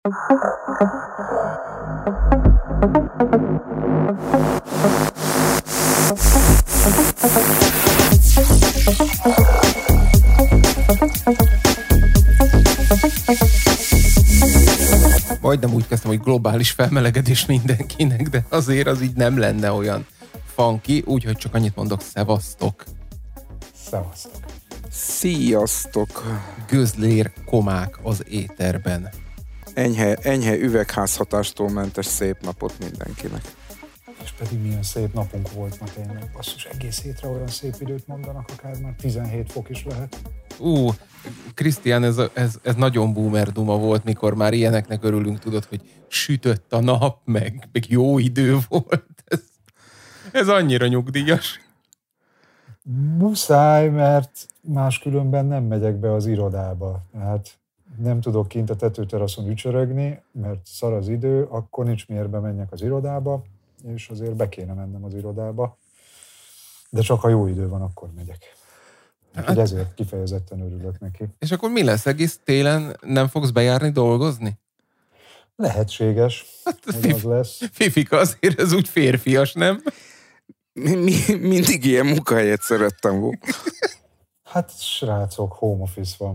Majdnem úgy kezdtem, hogy globális felmelegedés mindenkinek, de azért az így nem lenne olyan funky, úgyhogy csak annyit mondok, szevasztok. Szevasztok. Sziasztok. Gőzlér komák az éterben. Enyhe üvegházhatástól mentes szép napot mindenkinek. És pedig milyen szép napunk volt ma tényleg. Basszus, egész hétre olyan szép időt mondanak, akár már 17 fok is lehet. Krisztián, ez nagyon boomer duma volt, mikor már ilyeneknek örülünk, tudod, hogy sütött a nap, meg jó idő volt. Ez annyira nyugdíjas. Muszáj, mert máskülönben nem megyek be az irodába. Hát nem tudok kint a tetőteraszon ücsörögni, mert szar az idő, akkor nincs miért bemenjek az irodába, és azért be kéne mennem az irodába. De csak ha jó idő van, akkor megyek. Hát, ezért kifejezetten örülök neki. És akkor mi lesz? Egész télen nem fogsz bejárni dolgozni? Lehetséges, hogy az lesz. Fifika, azért ez úgy férfias, nem? Mindig ilyen munkahelyet szerettem volna. Hát srácok, home office van.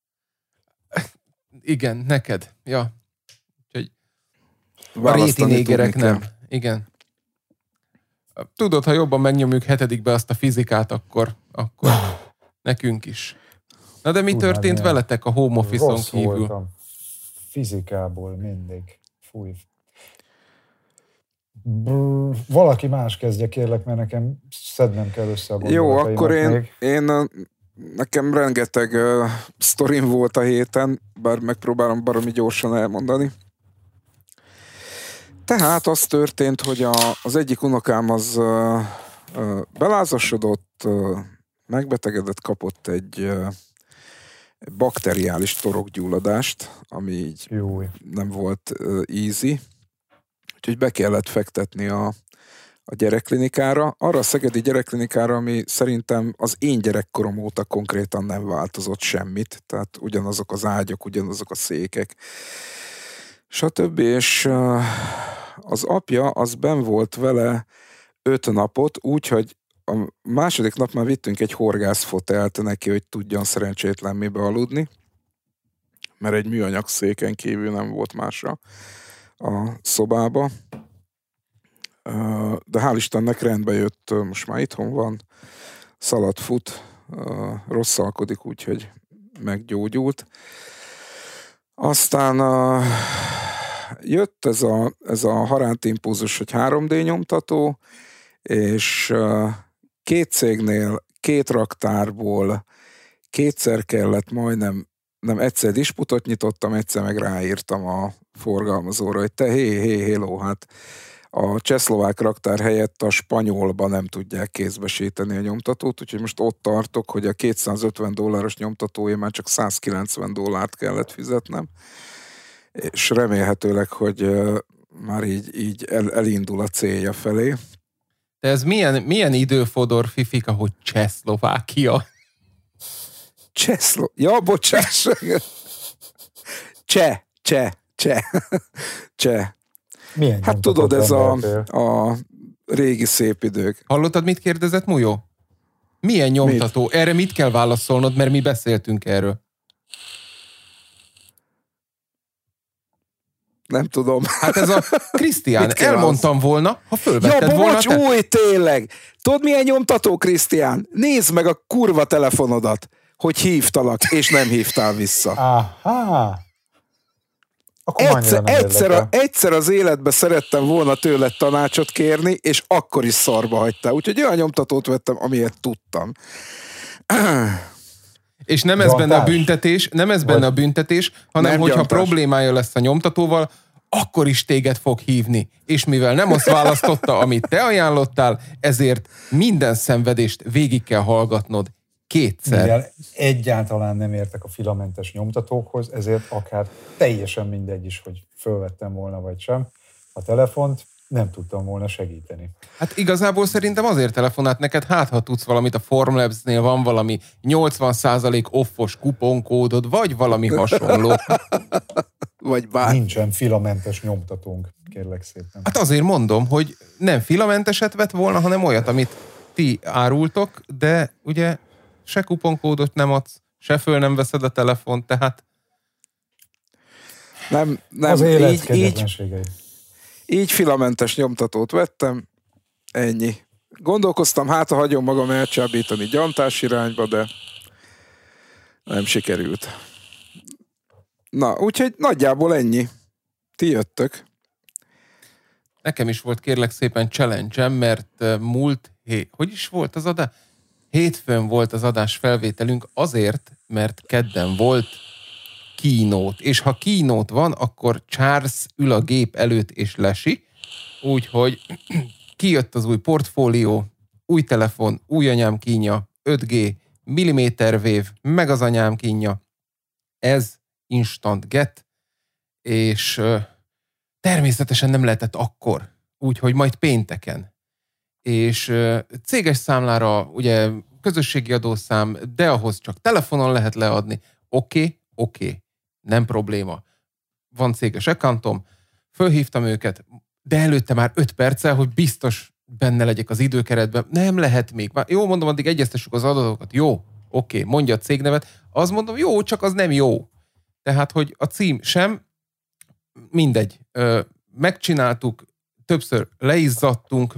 Igen, neked. Ja. Úgyhogy a réti négerek nem. Igen. Tudod, ha jobban megnyomjuk 7-be azt a fizikát, akkor nekünk is. Na de mi történt veletek a home office-on kívül? Rossz voltam. Fizikából mindig. Fúj. Valaki más kezdje, kérlek, mert nekem szednem kell össze a gondolataimat. Jó, akkor én nekem rengeteg sztorim volt a héten, bár megpróbálom baromi gyorsan elmondani. Tehát az történt, hogy az egyik unokám az belázasodott, megbetegedett, kapott egy bakteriális torokgyulladást, ami így nem volt easy. Úgyhogy be kellett fektetni a gyerekklinikára. Arra a szegedi gyerekklinikára, ami szerintem az én gyerekkorom óta konkrétan nem változott semmit. Tehát ugyanazok az ágyak, ugyanazok a székek, stb. És az apja az benn volt vele 5 napot, úgyhogy a második nap már vittünk egy horgászfotelt neki, hogy tudjon szerencsétlen mibe aludni, mert egy műanyag széken kívül nem volt másra a szobába. De hál' Istennek rendbe jött, most már itthon van, szalad fut, rosszalkodik, úgyhogy meggyógyult. Aztán jött ez a harántimpulzus, hogy 3D nyomtató, és 2 cégnél, 2 raktárból 2-szer kellett majdnem, nem egyszer disputot nyitottam, egyszer meg ráírtam a forgalmazóra, hogy te hello, hát a csehszlovák raktár helyett a spanyolba nem tudják kézbesíteni a nyomtatót, úgyhogy most ott tartok, hogy a $250 nyomtatója már csak $190 kellett fizetnem, és remélhetőleg, hogy már így elindul a célja felé. De ez milyen időfodor, Fifika, hogy Csehszlovákia? Ja, bocsáss! Cseh. Milyen hát tudod, ez a régi szép idők. Hallottad, mit kérdezett Mujó? Milyen nyomtató? Mit? Erre mit kell válaszolnod, mert mi beszéltünk erről. Nem tudom. Hát ez a Krisztián, elmondtam volna, ha fölvetted volna. Ja, bocs, tényleg. Tudod, milyen nyomtató, Krisztián? Nézd meg a kurva telefonodat, hogy hívtalak, és nem hívtál vissza. Aha. Egyszer az életben szerettem volna tőled tanácsot kérni, és akkor is szarba hagytál. Úgyhogy olyan nyomtatót vettem, amilyet tudtam. És nem ez benne a büntetés, hanem hogyha problémája lesz a nyomtatóval, akkor is téged fog hívni. És mivel nem azt választotta, amit te ajánlottál, ezért minden szenvedést végig kell hallgatnod 2-szer. Mivel egyáltalán nem értek a filamentes nyomtatókhoz, ezért akár teljesen mindegy is, hogy fölvettem volna vagy sem a telefont, nem tudtam volna segíteni. Hát igazából szerintem azért telefonált neked, hát ha tudsz valamit, a Formlabs-nél van valami 80% offos kuponkódod, vagy valami hasonló. Vagy bár. Nincsen filamentes nyomtatónk, kérlek szépen. Hát azért mondom, hogy nem filamenteset vett volna, hanem olyat, amit ti árultok, de ugye se kuponkódot nem adsz, se föl nem veszed a telefont, tehát... Nem, az élet kegyetlenségei. Így filamentes nyomtatót vettem, ennyi. Gondolkoztam, hát ha hagyom magam elcsábítani gyantás irányba, de nem sikerült. Na, úgyhogy nagyjából ennyi. Ti jöttök. Nekem is volt kérlek szépen challenge-em, mert hogy is volt az adás? Hétfőn volt az adás felvételünk azért, mert kedden volt keynote. És ha keynote van, akkor Charles ül a gép előtt és lesi. Úgyhogy kijött az új portfólió, új telefon, új anyám kínja, 5G, millimétervév, meg az anyám kínja. Ez instant get, és természetesen nem lehetett akkor, úgyhogy majd pénteken. És céges számlára ugye közösségi adószám, de ahhoz csak telefonon lehet leadni. Oké, nem probléma. Van céges accountom, fölhívtam őket, de előtte már 5 perccel, hogy biztos benne legyek az időkeretben. Nem lehet még. Jó, mondom, addig egyeztessük az adatokat. Jó, oké, mondja a cégnevet. Azt mondom, jó, csak az nem jó. Tehát, hogy a cím sem, mindegy. Megcsináltuk, többször leizzadtunk,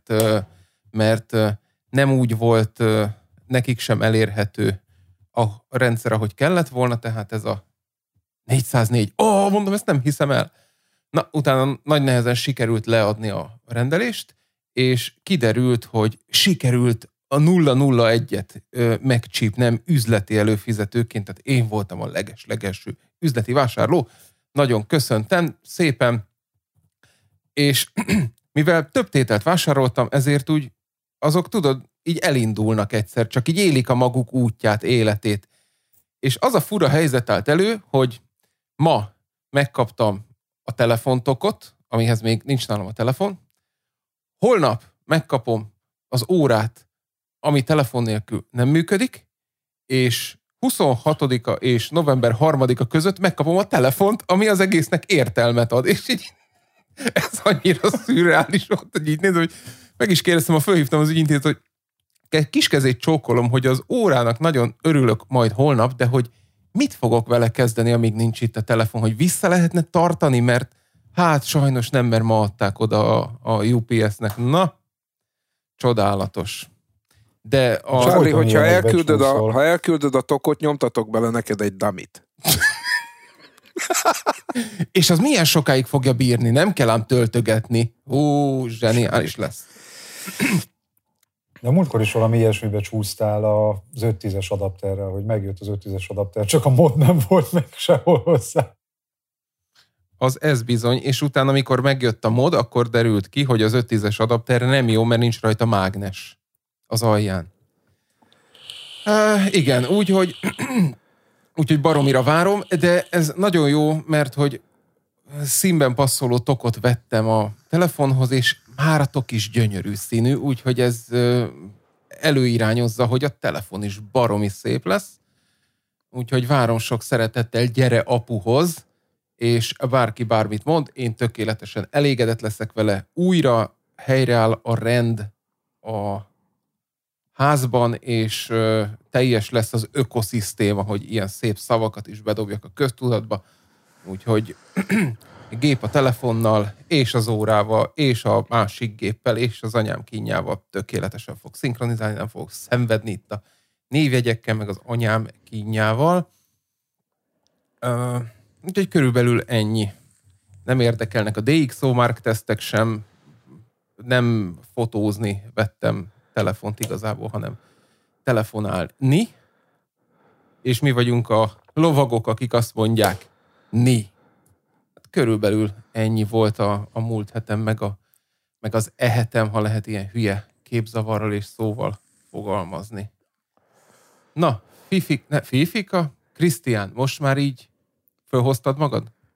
mert nem úgy volt nekik sem elérhető a rendszer, ahogy kellett volna, tehát ez a 404. Mondom, ezt nem hiszem el. Na, utána nagy nehezen sikerült leadni a rendelést, és kiderült, hogy sikerült a 001-et megcsípnem üzleti előfizetőként, tehát én voltam a legelső üzleti vásárló. Nagyon köszöntem szépen, és mivel több tételt vásároltam, ezért úgy azok, tudod, így elindulnak egyszer, csak így élik a maguk útját, életét. És az a fura helyzet állt elő, hogy ma megkaptam a telefontokot, amihez még nincs nálam a telefon. Holnap megkapom az órát, ami telefon nélkül nem működik, és 26-a és november 3-a között megkapom a telefont, ami az egésznek értelmet ad. És így ez annyira szürreális volt, hogy így nézem, hogy meg is kérdeztem, fölhívtam az ügyintézőt, hogy kiskezét csókolom, hogy az órának nagyon örülök majd holnap, de hogy mit fogok vele kezdeni, amíg nincs itt a telefon, hogy vissza lehetne tartani, mert hát sajnos nem, mert ma adták oda a UPS-nek. Na, csodálatos. De a... Charlie, hogyha elküldöd a tokot, nyomtatok bele neked egy dummy-t. És az milyen sokáig fogja bírni? Nem kell ám töltögetni. Zseniális lesz. De múltkor is valami ilyesmibe csúsztál az 5.10-es adapterrel, hogy megjött az 5.10-es adapter, csak a mod nem volt meg sehol hozzá. Ez bizony, és utána, amikor megjött a mod, akkor derült ki, hogy az 5.10-es adapter nem jó, mert nincs rajta mágnes az alján. Igen, úgyhogy baromira várom, de ez nagyon jó, mert hogy színben passzoló tokot vettem a telefonhoz, és már a tok is gyönyörű színű, úgyhogy ez előirányozza, hogy a telefon is baromi szép lesz. Úgyhogy várom sok szeretettel, gyere apuhoz, és bárki bármit mond, én tökéletesen elégedett leszek vele. Újra helyreáll a rend a házban, és teljes lesz az ökoszisztéma, hogy ilyen szép szavakat is bedobjak a köztudatba. Úgyhogy gép a telefonnal, és az órával, és a másik géppel, és az anyám kínjával tökéletesen fog szinkronizálni, nem fogok szenvedni itt a névjegyekkel, meg az anyám kínjával. Úgyhogy körülbelül ennyi. Nem érdekelnek a DxO Mark tesztek sem, nem fotózni vettem telefont igazából, hanem telefonálni, és mi vagyunk a lovagok, akik azt mondják, Hát körülbelül ennyi volt a múlt hetem, meg az hetem, ha lehet ilyen hülye képzavarral és szóval fogalmazni. Na, Fifika, Krisztián, most már így fölhoztad magad?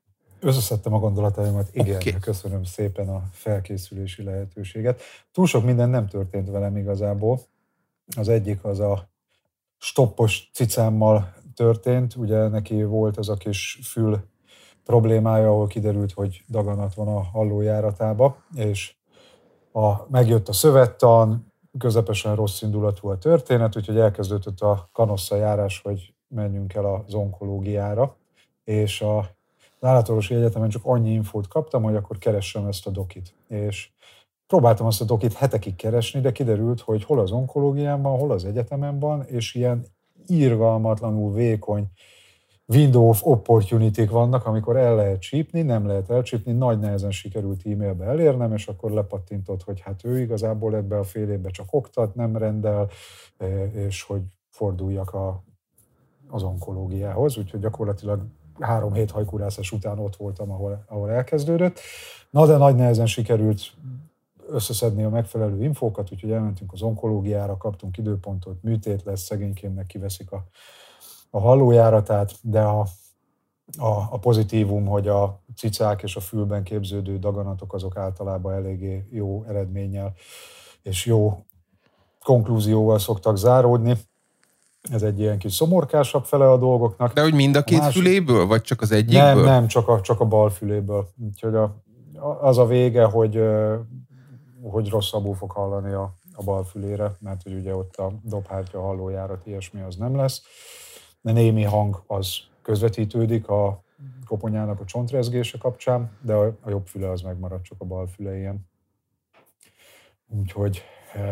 Összeszedtem a gondolataimat, igen, okay. Köszönöm szépen a felkészülési lehetőséget. Túl sok minden nem történt velem igazából. Az egyik az a stoppos cicámmal történt, ugye neki volt az a kis fül problémája, ahol kiderült, hogy daganat van a hallójáratába, és megjött a szövettan, közepesen rossz indulatú a történet, úgyhogy elkezdődött a kanossza járás, hogy menjünk el az onkológiára, és az Állatorvosi Egyetemen csak annyi infót kaptam, hogy akkor keressem ezt a dokit. És próbáltam azt a dokit hetekig keresni, de kiderült, hogy hol az onkológiában, hol az egyetemen van, és ilyen irgalmatlanul vékony window of opportunity-k vannak, amikor el lehet csípni, nem lehet elcsípni, nagy nehezen sikerült e-mailbe elérnem, és akkor lepattintott, hogy hát ő igazából ebbe a fél évbe csak oktat, nem rendel, és hogy forduljak az onkológiához, úgyhogy gyakorlatilag 3 hét hajkurászás után ott voltam, ahol elkezdődött. Na, de nagy nehezen sikerült összeszedni a megfelelő infókat, úgyhogy elmentünk az onkológiára, kaptunk időpontot, műtét lesz, szegénykémnek kiveszik a hallójáratát, de a pozitívum, hogy a cicák és a fülben képződő daganatok azok általában eléggé jó eredménnyel és jó konklúzióval szoktak záródni. Ez egy ilyen kis szomorkásabb fele a dolgoknak. De hogy mind a két füléből, vagy csak az egyikből? Nem, csak a bal füléből. Úgyhogy az a vége, hogy rosszabbul fog hallani a bal fülére, mert hogy ugye ott a dobhártya, hallójárat, ilyesmi az nem lesz. De némi hang az közvetítődik a koponyának a csontrezgése kapcsán, de a jobb füle az megmarad, csak a bal füle ilyen. Úgyhogy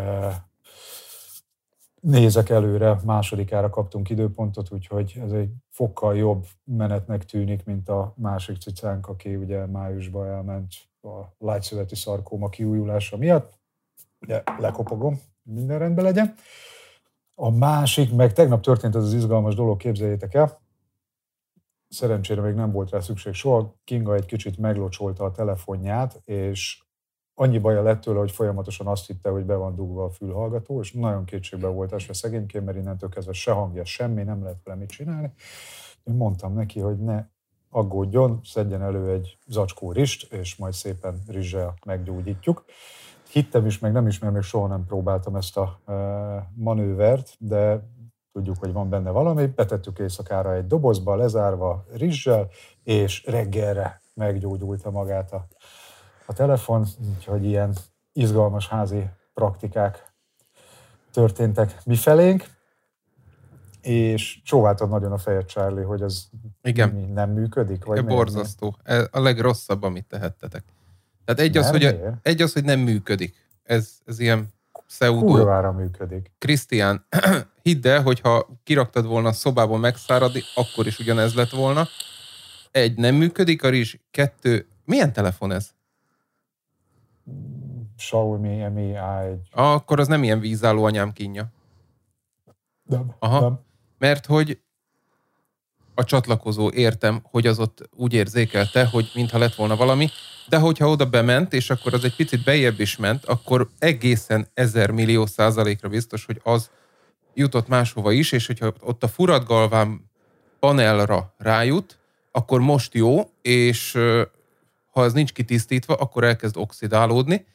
nézek előre, másodikára kaptunk időpontot, úgyhogy ez egy fokkal jobb menetnek tűnik, mint a másik cicánk, aki ugye májusban elment a lágyszöveti szarkóma kiújulása miatt. De lekopogom, minden rendben legyen. A másik, meg tegnap történt ez az izgalmas dolog, képzeljétek el. Szerencsére még nem volt rá szükség soha. Kinga egy kicsit meglocsolta a telefonját, és annyi baja lett tőle, hogy folyamatosan azt hitte, hogy be van dugva a fülhallgató, és nagyon kétségbe volt esve szegényként, mert innentől kezdve se hangja, semmi, nem lehet vele mit csinálni. Én mondtam neki, hogy ne aggódjon, szedjen elő egy zacskó rist, és majd szépen rizssel meggyógyítjuk. Hittem is, meg nem is, mert még soha nem próbáltam ezt a manővert, de tudjuk, hogy van benne valami. Betettük éjszakára egy dobozba, lezárva rizssel, és reggelre meggyógyulta magát a telefon, úgyhogy ilyen izgalmas házi praktikák történtek mifelénk, és csóváltad nagyon a fejed, Charlie, hogy ez nem működik? Vagy borzasztó. Ez a legrosszabb, amit tehettetek. Tehát egy az, hogy nem működik. Ez ilyen pseudo. Kurvára működik. Krisztián, hidd el, hogyha kiraktad volna a szobában megszáradni, akkor is ugyanez lett volna. 1, nem működik a rizs. 2, milyen telefon ez? Xiaomi Mi A1. Akkor az nem ilyen vízálló anyám kínja. Nem. Mert hogy a csatlakozó, értem, hogy az ott úgy érzékelte, hogy mintha lett volna valami, de hogyha oda bement, és akkor az egy picit bejebb is ment, akkor egészen 1000 millió % biztos, hogy az jutott máshova is, és hogyha ott a furatgalván panelra rájut, akkor most jó, és ha az nincs kitisztítva, akkor elkezd oxidálódni,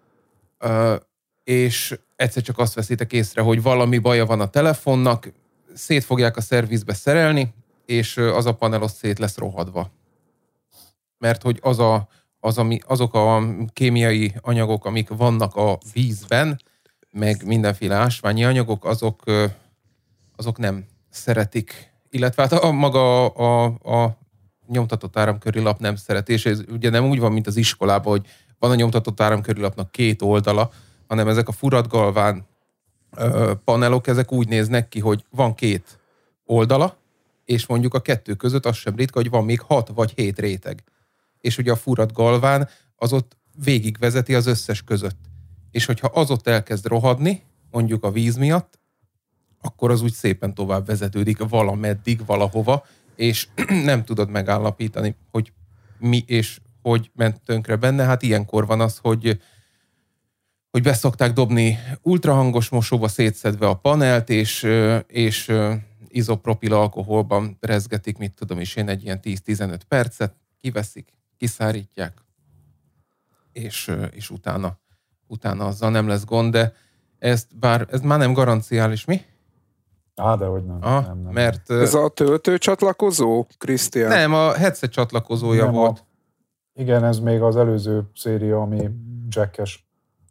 és egyszer csak azt veszitek észre, hogy valami baja van a telefonnak, szét fogják a szervizbe szerelni, és az a panel ott szét lesz rohadva. Mert hogy azok a kémiai anyagok, amik vannak a vízben, meg mindenféle ásványi anyagok, azok nem szeretik. Illetve hát maga a nyomtatott áramköri lap nem szereti, és ez ugye nem úgy van, mint az iskolában, hogy van a nyomtatott áramköri lapnak 2 oldala, hanem ezek a furatgalván panelok, ezek úgy néznek ki, hogy van 2 oldala, és mondjuk a 2 között az sem ritka, hogy van még 6 vagy 7 réteg. És ugye a furatgalván az ott végigvezeti az összes között. És hogyha az ott elkezd rohadni, mondjuk a víz miatt, akkor az úgy szépen tovább vezetődik valameddig, valahova, és nem tudod megállapítani, hogy mi és hogy ment tönkre benne. Hát ilyenkor van az, hogy beszokták dobni ultrahangos mosóba szétszedve a panelt, és izopropil alkoholban rezgetik, mit tudom is én, egy ilyen 10-15 percet, kiveszik, kiszárítják, és utána azzal nem lesz gond, de ez már nem garanciális, mi? Dehogy nem. Nem. Mert... Ez a töltő csatlakozó, Krisztián? Nem, a headset csatlakozója nem volt. Igen, ez még az előző széria, ami jackes.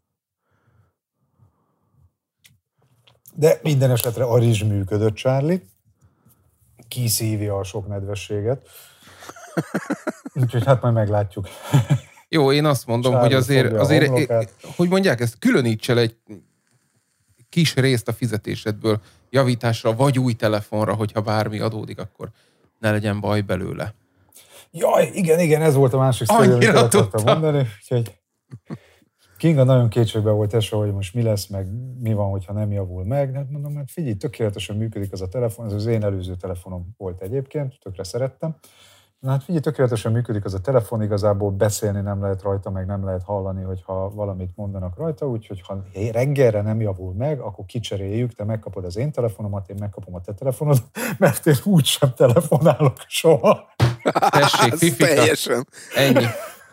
De minden esetre a rizs működött, Charlie. Kiszívja a sok nedvességet. Úgyhogy hát majd meglátjuk. Jó, én azt mondom, Charlie, hogy azért hogy mondják ezt, különíts el egy kis részt a fizetésedből javításra, vagy új telefonra, hogyha bármi adódik, akkor ne legyen baj belőle. Jaj, igen, ez volt a másik sztori, amit el akartam mondani. Úgyhogy Kinga nagyon kétségbe volt esve, hogy most mi lesz, meg mi van, hogyha nem javul meg. De mondom, hát figyelj, tökéletesen működik az a telefon, ez az én előző telefonom volt egyébként, tökre szerettem. Na hát figyelj, tökéletesen működik az a telefon, igazából beszélni nem lehet rajta, meg nem lehet hallani, hogyha valamit mondanak rajta, úgyhogy ha reggelre nem javul meg, akkor kicseréljük, te megkapod az én telefonomat, én megkapom a te telefonod, mert én úgysem telefonálok soha. Tessék, fifika. Teljesen. Ennyi.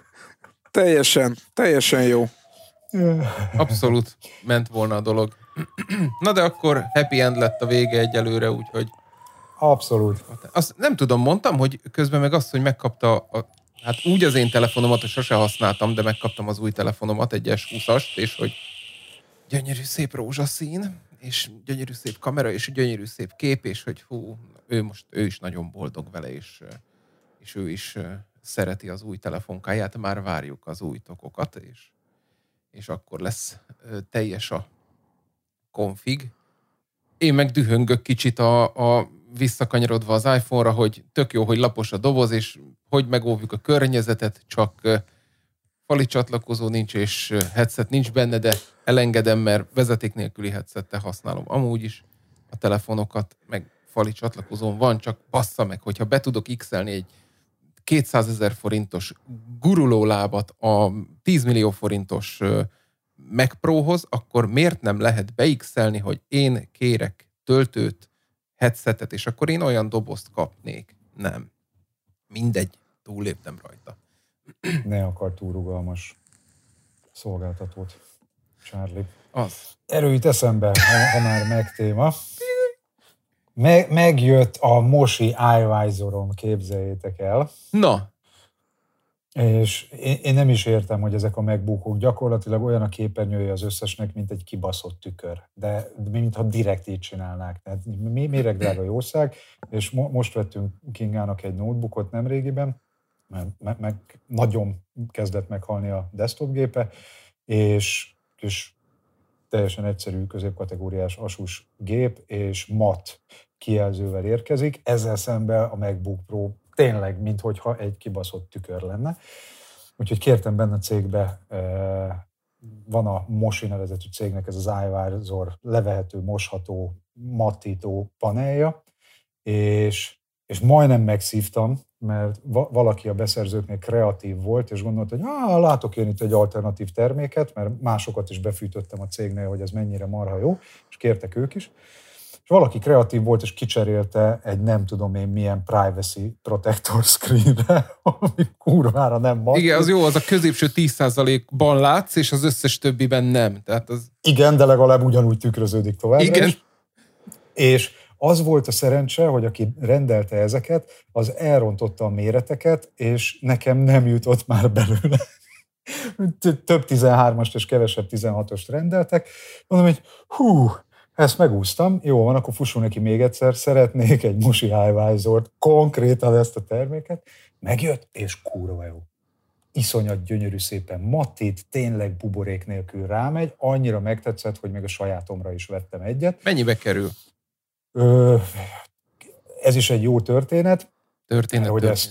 Teljesen jó. Abszolút ment volna a dolog. Na de akkor happy end lett a vége egyelőre, úgyhogy... Abszolút. Azt nem tudom, mondtam, hogy közben meg azt, hogy megkapta, hát úgy az én telefonomat, hogy sose használtam, de megkaptam az új telefonomat, egy S20-ast, és hogy gyönyörű szép rózsaszín, és gyönyörű szép kamera, és gyönyörű szép kép, és hogy ő is nagyon boldog vele, és ő is szereti az új telefonkáját, már várjuk az új tokokat, és akkor lesz teljes a konfig. Én meg dühöngök kicsit a visszakanyarodva az iPhone-ra, hogy tök jó, hogy lapos a doboz, és hogy megóvjuk a környezetet, csak fali csatlakozó nincs, és headset nincs benne, de elengedem, mert vezeték nélküli headsettel használom amúgy is a telefonokat, meg fali csatlakozón van, csak bassza meg, hogyha be tudok x-elni egy 200 000 forintos gurulólábat a 10 millió forintos Mac Prohoz, akkor miért nem lehet beixelni, hogy én kérek töltőt, headsetet, és akkor én olyan dobozt kapnék? Nem. Mindegy, túlléptem rajta. Ne akar túl rugalmas szolgáltatót, Charlie. Az. Erről jut eszembe, ha már Mac téma. Megjött a Moshi iVisorom, képzeljétek el. Na. És én nem is értem, hogy ezek a MacBookok gyakorlatilag olyan a képernyője az összesnek, mint egy kibaszott tükör. De mintha direkt így csinálnák. Tehát méregdrága jószág, és most vettünk Kingának egy notebookot nemrégiben, mert nagyon kezdett meghalni a desktopgépe, és teljesen egyszerű középkategóriás Asus gép, és mat kijelzővel érkezik. Ezzel szemben a MacBook Pro tényleg, minthogyha egy kibaszott tükör lenne. Úgyhogy kértem benne a cégbe, van a Moshi nevezetű cégnek ez az iVisor levehető, mosható, mattító panelja, és majdnem megszívtam, mert valaki a beszerzőknél kreatív volt, és gondolta, hogy látok én itt egy alternatív terméket, mert másokat is befűtöttem a cégnél, hogy ez mennyire marha jó, és kértek ők is. És valaki kreatív volt, és kicserélte egy nem tudom én milyen privacy protector screenre, ami kurvára nem mat. Igen, az jó, az a középső 10%-ban látsz, és az összes többiben nem. Tehát az... Igen, de legalább ugyanúgy tükröződik továbbra Igen. is. És az volt a szerencse, hogy aki rendelte ezeket, az elrontotta a méreteket, és nekem nem jutott már belőle. Több 13-ast és kevesebb 16-ost rendeltek. Mondom, hogy ezt megúsztam, jó van, akkor fusson neki még egyszer, szeretnék egy Moshi iVisort, konkrétan ezt a terméket. Megjött, és kurva jó. Iszonyat gyönyörű szépen mattít, tényleg buborék nélkül rámegy, annyira megtetszett, hogy még a sajátomra is vettem egyet. Mennyibe kerül? Ez is egy jó történet. Történet.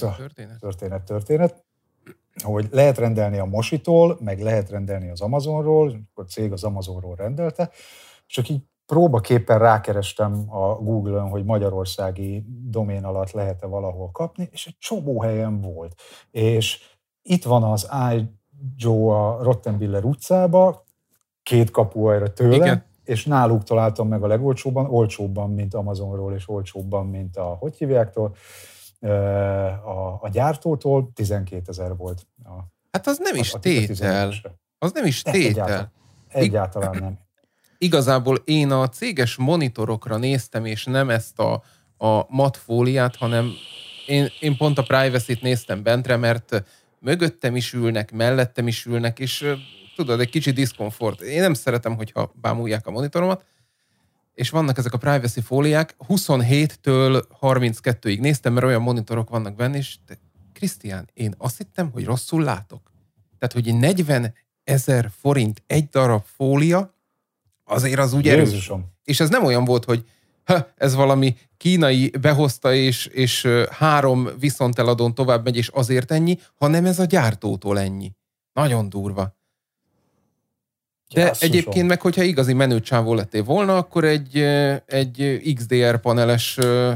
Hogy lehet rendelni a Moshitól, meg lehet rendelni az Amazonról, akkor a cég az Amazonról rendelte, csak így próbaképpen rákerestem a Google-ön, hogy magyarországi domén alatt lehet-e valahol kapni, és egy csomó helyen volt. És itt van az iJoe a Rottenbiller utcába, 2 kapuajra tőle, igen. És náluk találtam meg a legolcsóbban, olcsóbban, mint Amazonról, és olcsóbban, mint a hogy hívjáktól, A gyártótól 12 000 volt. Hát az nem is tétel. Az nem is tétel. Egyáltalán nem. Igazából én a céges monitorokra néztem, és nem ezt a matfóliát, hanem én pont a privacy-t néztem bentre, mert mögöttem is ülnek, mellettem is ülnek, és tudod, egy kicsi diszkomfort. Én nem szeretem, hogyha bámulják a monitoromat, és vannak ezek a privacy fóliák. 27-től 32-ig néztem, mert olyan monitorok vannak benne, és Krisztián, én azt hittem, hogy rosszul látok. Tehát, hogy 40 000 forint egy darab fólia, azért az úgy erős. Jézusom. És ez nem olyan volt, hogy ez valami kínai behozta, és 3 viszonteladón tovább megy, és azért ennyi, hanem ez a gyártótól ennyi. Nagyon durva. De Jasszusom. egyébként meg, hogyha igazi menőcsávó lettél volna, akkor egy XDR paneles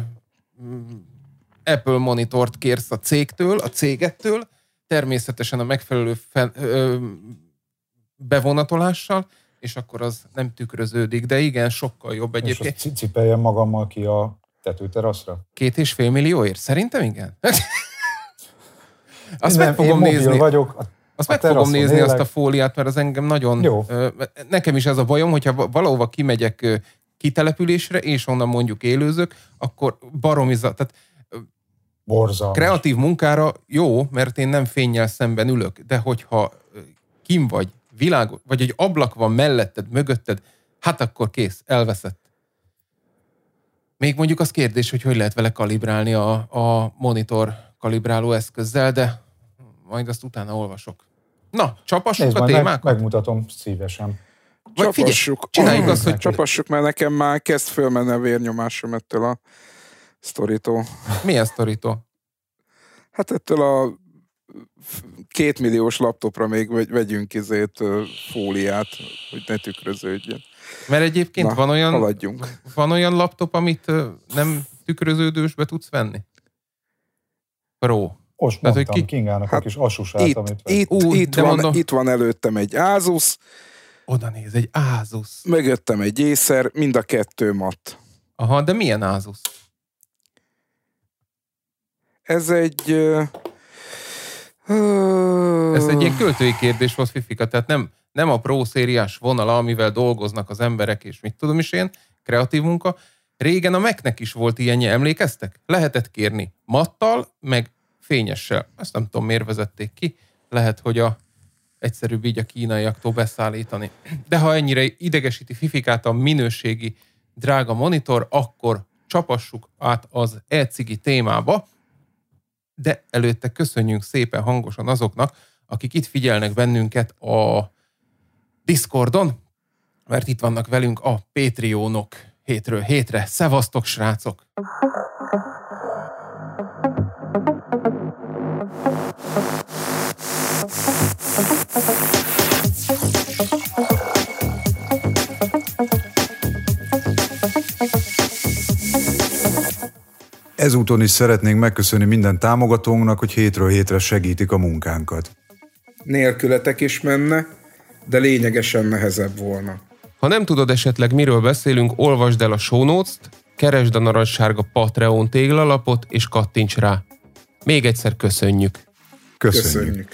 Apple monitort kérsz a cégtől, a cégettől, természetesen a megfelelő bevonatolással, és akkor az nem tükröződik, de igen, sokkal jobb egyébként. És azt cipeljem magammal ki a tetőteraszra? 2,5 millióért? Szerintem igen. Azt Nem, meg fogom nézni. Azt meg fogom nézni azt a fóliát, mert az engem nagyon... Jó. Nekem is ez a bajom, hogyha valahova kimegyek kitelepülésre, és onnan mondjuk élőzök, akkor tehát borzalmas. Kreatív munkára jó, mert én nem fénnyel szemben ülök, de hogyha kim vagy, vagy egy ablak van melletted, mögötted, hát akkor kész, elveszett. Még mondjuk az kérdés, hogy lehet vele kalibrálni a monitor kalibráló eszközzel, de majd azt utána olvasok. Na, csapassuk Nézd, a témákat? Megmutatom szívesen. Csapassuk. Csináljuk azt, hogy csapassuk, mert nekem már kezd fölmenni a vérnyomásom ettől a sztoritól. Milyen sztoritól? Hát ettől a 2 milliós laptopra még vegyünk fóliát, hogy ne tükröződjön. Mert egyébként van olyan laptop, amit nem tükröződősbe tudsz venni? Pro. Most mondtam Kingának a kis asusát, amit... Itt van előttem egy Asus. Oda néz, egy Asus. Mögöttem egy Acer, mind a 2 mat. Aha, de milyen Asus? Ez egy... Ez egy ilyen költői kérdés volt, Fifika, tehát nem a Pro szériás vonala, amivel dolgoznak az emberek, és mit tudom is én, kreatív munka. Régen a Mac-nek is volt ilyenje, emlékeztek? Lehetett kérni mattal, meg fényessel. Azt nem tudom, miért vezették ki. Lehet, hogy egyszerűbb így a kínaiaktól beszállítani. De ha ennyire idegesíti Fifikát a minőségi drága monitor, akkor csapassuk át az e-cigi témába, de előtte köszönjünk szépen hangosan azoknak, akik itt figyelnek bennünket a Discordon, mert itt vannak velünk a Patreonok hétről hétre. Szevasztok, srácok! Ezúton is szeretnénk megköszönni minden támogatónknak, hogy hétről hétre segítik a munkánkat. Nélkületek is menne, de lényegesen nehezebb volna. Ha nem tudod esetleg, miről beszélünk, olvasd el a show notes-t, keresd a narancssárga Patreon téglalapot, és kattints rá. Még egyszer köszönjük. Köszönjük.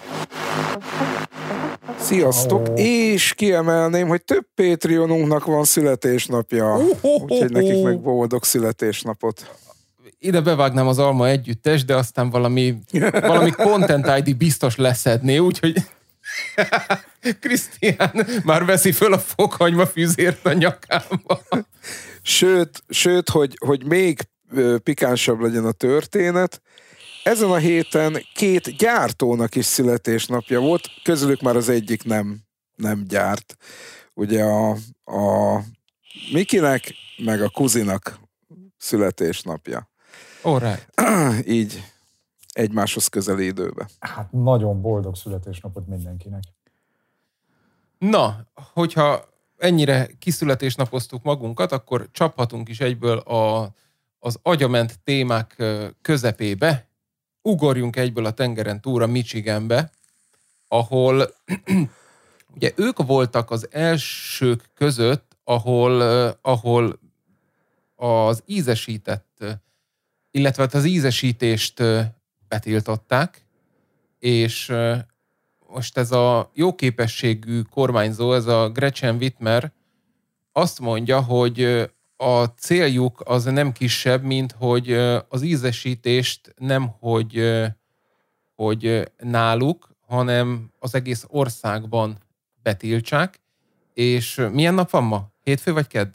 Sziasztok! És kiemelném, hogy több Patreonunknak van születésnapja. Úgyhogy nekik meg boldog születésnapot. Ide bevágnám az Alma együttes, de aztán valami Content ID biztos leszedné, úgyhogy Krisztián már veszi föl a fokhagyma füzért a nyakába. Sőt, hogy még pikánsabb legyen a történet, ezen a héten 2 gyártónak is születésnapja volt, közülük már az egyik nem gyárt. Ugye a Mikinek, meg a Kuzinak születésnapja. Alright. Így egymáshoz közeli időben. Hát nagyon boldog születésnapot mindenkinek. Na, hogyha ennyire kiszületésnapoztuk magunkat, akkor csaphatunk is egyből az agyament témák közepébe. Ugorjunk egyből a tengeren túl a Michiganbe, ahol ugye ők voltak az elsők között, ahol az ízesített illetve az ízesítést betiltották, és most ez a jóképességű kormányzó, ez a Gretchen Whitmer azt mondja, hogy a céljuk az nem kisebb, mint hogy az ízesítést nem hogy náluk, hanem az egész országban betiltsák. És milyen nap van ma? Hétfő vagy kedd?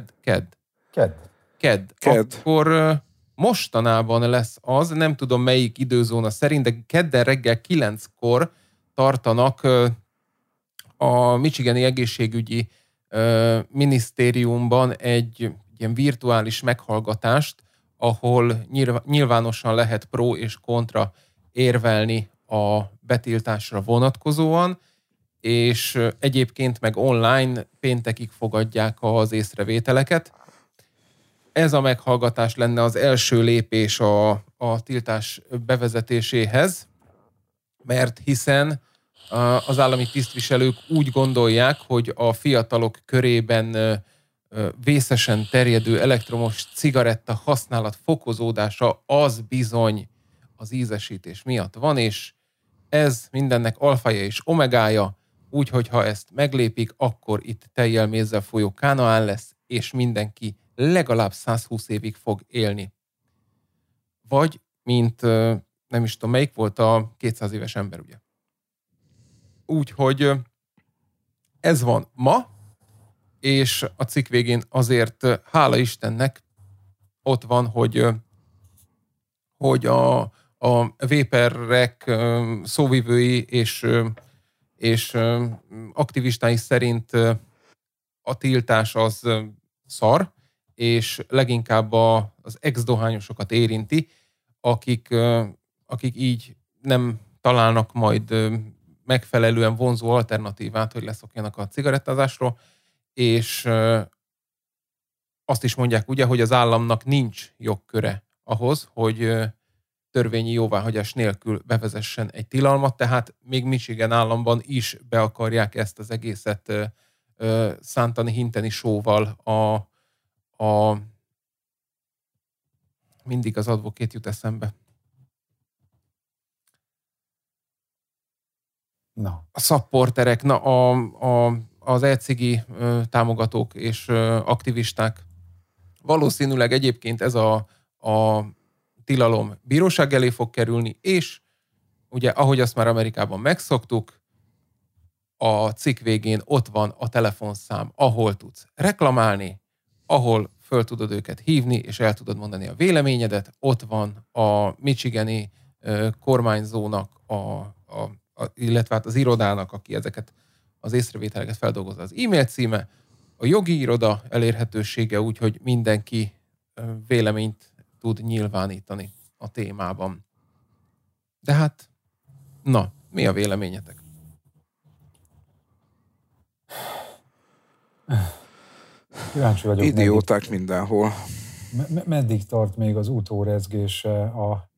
Kedd. Akkor mostanában lesz az, nem tudom melyik időzóna szerint, de kedden reggel 9-kor tartanak a Michigani egészségügyi minisztériumban egy ilyen virtuális meghallgatást, ahol nyilvánosan lehet pro és kontra érvelni a betiltásra vonatkozóan, és egyébként meg online péntekig fogadják az észrevételeket. Ez a meghallgatás lenne az első lépés a tiltás bevezetéséhez, mert hiszen az állami tisztviselők úgy gondolják, hogy a fiatalok körében vészesen terjedő elektromos cigaretta használat fokozódása az bizony az ízesítés miatt van, és ez mindennek alfája és omegája, úgyhogy ha ezt meglépik, akkor itt tejjel mézzel folyó Kánaán lesz, és mindenki legalább 120 évig fog élni. Vagy, mint nem is tudom, melyik volt a 200 éves ember, ugye? Úgyhogy ez van ma, és a cikk végén azért, hála Istennek, ott van, hogy a véperek szóvivői és aktivistái szerint a tiltás az szar, és leginkább az ex-dohányosokat érinti, akik így nem találnak majd megfelelően vonzó alternatívát, hogy leszokjanak a cigarettázásról, és azt is mondják ugye, hogy az államnak nincs jogköre ahhoz, hogy törvényi jóváhagyás nélkül bevezessen egy tilalmat, tehát még Michigan államban is be akarják ezt az egészet szántani, hinteni sóval mindig az advokét jut eszembe. Na. A szapporterek, az e-cigi támogatók és aktivisták. Valószínűleg egyébként ez a tilalom bíróság elé fog kerülni, és ugye, ahogy azt már Amerikában megszoktuk, a cikk végén ott van a telefonszám, ahol tudsz reklamálni, ahol föl tudod őket hívni, és el tudod mondani a véleményedet. Ott van a michigani kormányzónak, illetve hát az irodának, aki ezeket az észrevételeket feldolgozza, az e-mail címe, a jogi iroda elérhetősége, úgyhogy mindenki véleményt tud nyilvánítani a témában. De hát, na, mi a véleményetek? Kíváncsi vagyok. Idióták mindenhol. Meddig tart még az utórezgése a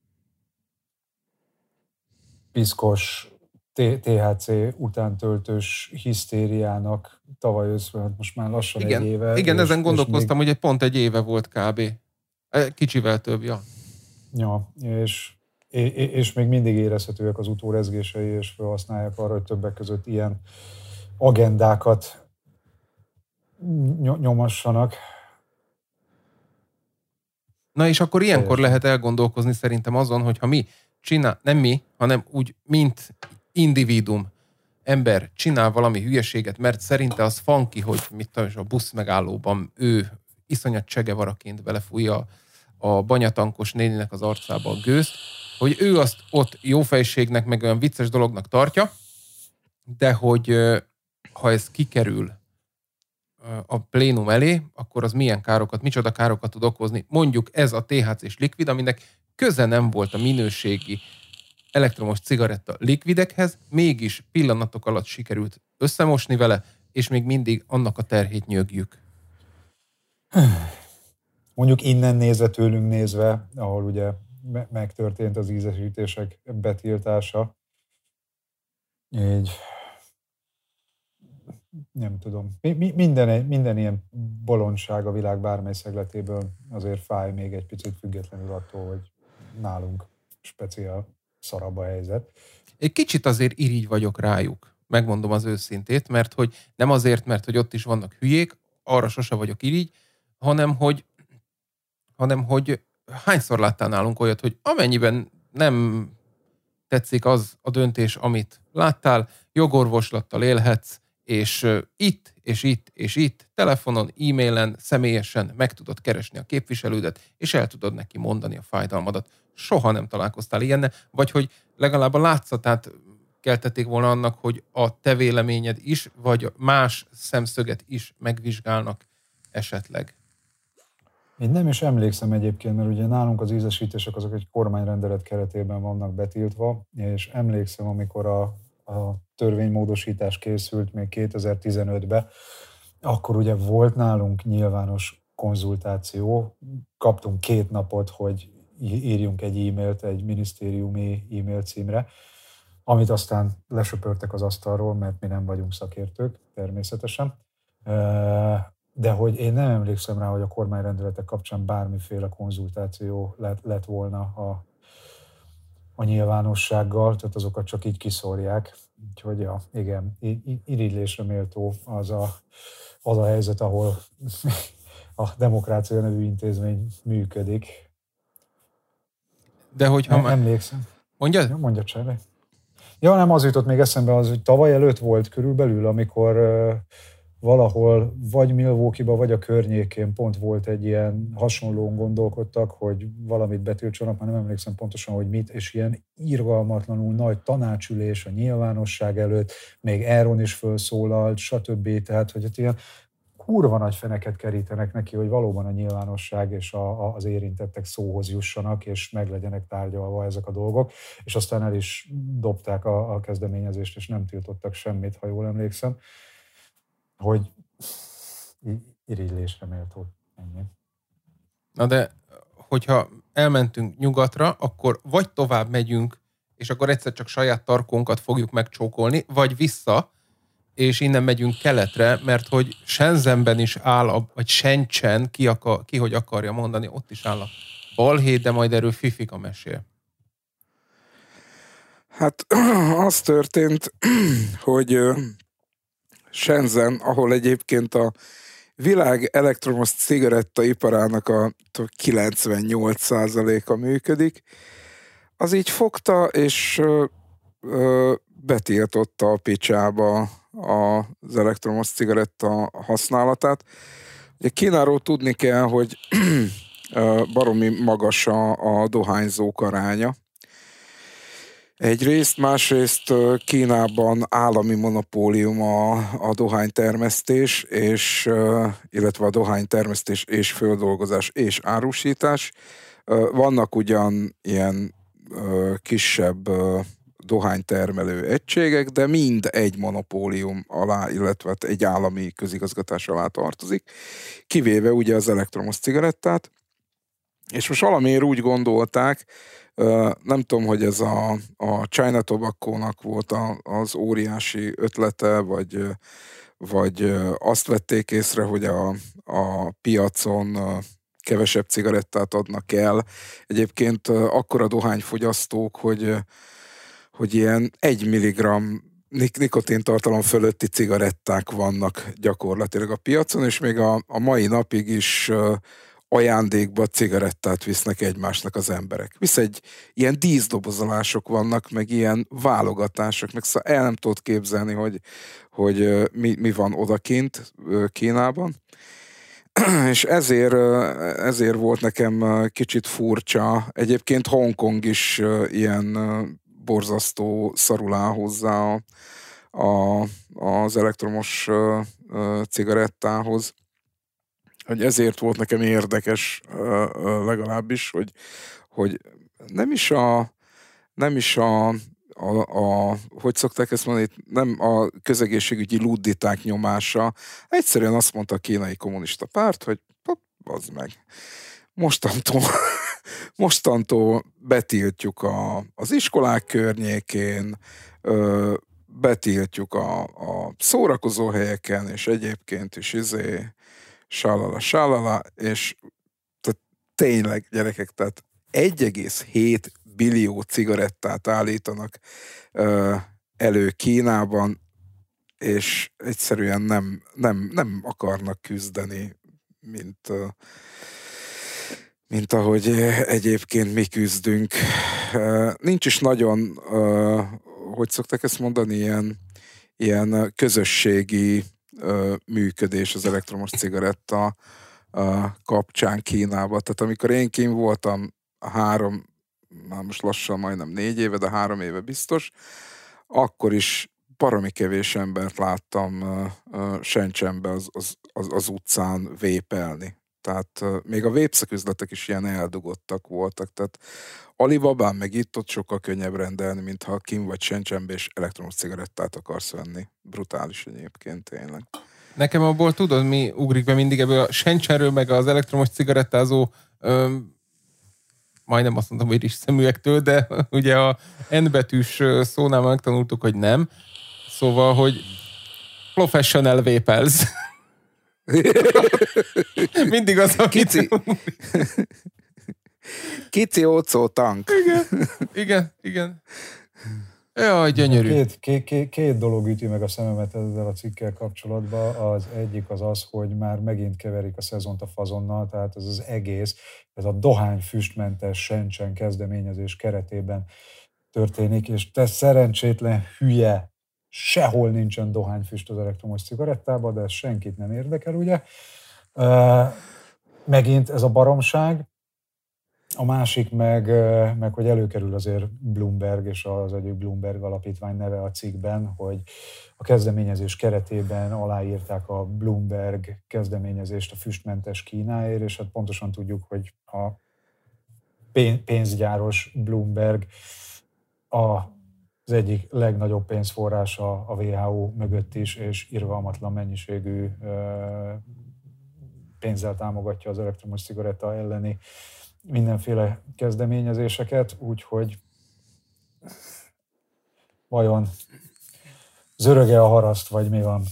piszkos THC utántöltős hisztériának tavaly őszben, most már lassan egy éve. Igen, ezen gondolkoztam, hogy pont egy éve volt kb. Kicsivel több, ja. Ja, és még mindig érezhetőek az utórezgései, és felhasználják arra, hogy többek között ilyen agendákat nyomassanak. Na és akkor ilyenkor lehet elgondolkozni szerintem azon, hogyha nem mi, hanem úgy, mint individuum, ember csinál valami hülyeséget, mert szerinte az funky, hogy a busz megállóban ő iszonyat csegevaraként belefújja a banyatankos néninek az arcába a gőzt, hogy ő azt ott jófejségnek, meg olyan vicces dolognak tartja, de hogy ha ez kikerül a plénum elé, akkor az micsoda károkat tud okozni. Mondjuk ez a THC-s likvid, aminek köze nem volt a minőségi elektromos cigaretta likvidekhez, mégis pillanatok alatt sikerült összemosni vele, és még mindig annak a terhét nyögjük. Mondjuk innen nézve, tőlünk nézve, ahol ugye megtörtént az ízesítések betiltása, így nem tudom. Minden ilyen bolondság a világ bármely szegletéből azért fáj még egy picit függetlenül attól, hogy nálunk speciál szarabb a helyzet. Egy kicsit azért irigy vagyok rájuk, megmondom az őszintét, mert hogy nem azért, mert hogy ott is vannak hülyék, arra sose vagyok irigy, hanem hogy hányszor láttál nálunk olyat, hogy amennyiben nem tetszik az a döntés, amit láttál, jogorvoslattal élhetsz, és itt, és itt, és itt, telefonon, e-mailen, személyesen meg tudod keresni a képviselődet, és el tudod neki mondani a fájdalmadat. Soha nem találkoztál ilyennel, vagy hogy legalább a látszatát keltették volna annak, hogy a te véleményed is, vagy más szemszöget is megvizsgálnak esetleg. Én nem is emlékszem egyébként, mert ugye nálunk az ízesítések azok egy kormányrendelet keretében vannak betiltva, és emlékszem, amikor a törvénymódosítás készült még 2015-ben, akkor ugye volt nálunk nyilvános konzultáció, kaptunk 2 napot, hogy írjunk egy e-mailt egy minisztériumi e-mail címre, amit aztán lesöpörtek az asztalról, mert mi nem vagyunk szakértők, természetesen. De hogy én nem emlékszem rá, hogy a kormányrendeletek kapcsán bármiféle konzultáció lett volna a nyilvánossággal, tehát azokat csak így kiszórják. Úgyhogy ja, igen, irigylésre méltó az a helyzet, ahol a demokrácia nevű intézmény működik. De hogyha emlékszem. Mondjad? Ja, mondjad, Cserre. Ja, nem, az jutott még eszembe, az, hogy tavaly előtt volt körülbelül, amikor valahol vagy Milwaukee-ba, vagy a környékén pont volt egy ilyen hasonlón gondolkodtak, hogy valamit betiltsanak, már nem emlékszem pontosan, hogy mit, és ilyen irgalmatlanul nagy tanácsülés a nyilvánosság előtt, még Aaron is felszólalt, stb. Tehát, hogy ilyen kurva nagy feneket kerítenek neki, hogy valóban a nyilvánosság és az érintettek szóhoz jussanak, és meg legyenek tárgyalva ezek a dolgok, és aztán el is dobták a kezdeményezést, és nem tiltottak semmit, ha jól emlékszem, hogy irigylésre méltó. Ennyi. Na de, hogyha elmentünk nyugatra, akkor vagy tovább megyünk, és akkor egyszer csak saját tarkónkat fogjuk megcsókolni, vagy vissza, és innen megyünk keletre, mert hogy Shenzhenben is áll, vagy Shenzhen, ki hogy akarja mondani, ott is áll a balhé, de majd erről Fifika mesél. Hát az történt, hogy Shenzhen, ahol egyébként a világ elektromos cigarettaiparának a 98%-a működik, az így fogta, és betiltotta a picsába az elektromos cigaretta használatát. Ugye Kínáról tudni kell, hogy baromi magas a dohányzók aránya. Egyrészt, másrészt Kínában állami monopólium a dohánytermesztés, illetve a dohánytermesztés és földolgozás és árusítás. Vannak ugyan ilyen kisebb dohánytermelő egységek, de mind egy monopólium alá, illetve egy állami közigazgatás alá tartozik, kivéve ugye az elektromos cigarettát. És most valamiért úgy gondolták, nem tudom, hogy ez a China Tobacco-nak volt az óriási ötlete, vagy azt vették észre, hogy a piacon kevesebb cigarettát adnak el. Egyébként akkora dohányfogyasztók, hogy ilyen 1 milligramm nikotintartalom fölötti cigaretták vannak gyakorlatilag a piacon, és még a mai napig is ajándékba cigarettát visznek egymásnak az emberek. Viszont ilyen díszdobozolások vannak, meg ilyen válogatások, meg szóval el nem tudod képzelni, hogy mi van odakint Kínában. És ezért volt nekem kicsit furcsa. Egyébként Hongkong is ilyen borzasztó szarul áll hozzá az elektromos cigarettához. Hogy ezért volt nekem érdekes legalábbis, hogy nem is a hogy szokták ezt mondani, nem a közegészségügyi ludditák nyomása. Egyszerűen azt mondta a kínai kommunista párt, hogy bazd meg, mostantól betiltjuk az iskolák környékén, betiltjuk a szórakozó helyeken, és egyébként is sálala, és tehát tényleg, gyerekek, tehát 1,7 billió cigarettát állítanak elő Kínában, és egyszerűen nem akarnak küzdeni, mint ahogy egyébként mi küzdünk. Nincs is nagyon, hogy szokták ezt mondani, ilyen közösségi működés az elektromos cigaretta kapcsán Kínában. Tehát amikor én kín voltam már most lassan majdnem 4 éve, de 3 éve biztos, akkor is baromi kevés embert láttam Shenzhenbe az utcán vépelni. Tehát még a vépszaküzletek is ilyen eldugottak voltak. Tehát Alibabán meg itt-ott sokkal könnyebb rendelni, mint ha kim vagy Shenzhenbe és elektromos cigarettát akarsz venni. Brutális egyébként tényleg. Nekem abból tudod, mi ugrik be mindig ebből a Shenzhenről, meg az elektromos cigarettázó majdnem azt mondtam, hogy rizsszeműektől, de ugye a N betűs szónál megtanultuk, hogy nem. Szóval, hogy professional vapers. Mindig az, a Kici ócó tank. Igen. Jaj, gyönyörű. Két dolog üti meg a szememet ezzel a cikkel kapcsolatban. Az egyik az, hogy már megint keverik a szezont a fazonnal, tehát ez az egész, ez a dohányfüstmentes Shenzhen kezdeményezés keretében történik, és te szerencsétlen hülye, sehol nincsen dohányfüst az elektromos cigarettában, de ez senkit nem érdekel, ugye? Megint ez a baromság. A másik meg hogy előkerül azért Bloomberg és az egyik Bloomberg alapítvány neve a cikkben, hogy a kezdeményezés keretében aláírták a Bloomberg kezdeményezést a füstmentes Kínáért, és hát pontosan tudjuk, hogy a pénzgyáros Bloomberg az egyik legnagyobb pénzforrása a WHO mögött is, és irgalmatlan mennyiségű pénzzel támogatja az elektromos cigaretta elleni mindenféle kezdeményezéseket, úgyhogy vajon zöröge a haraszt, vagy mi van?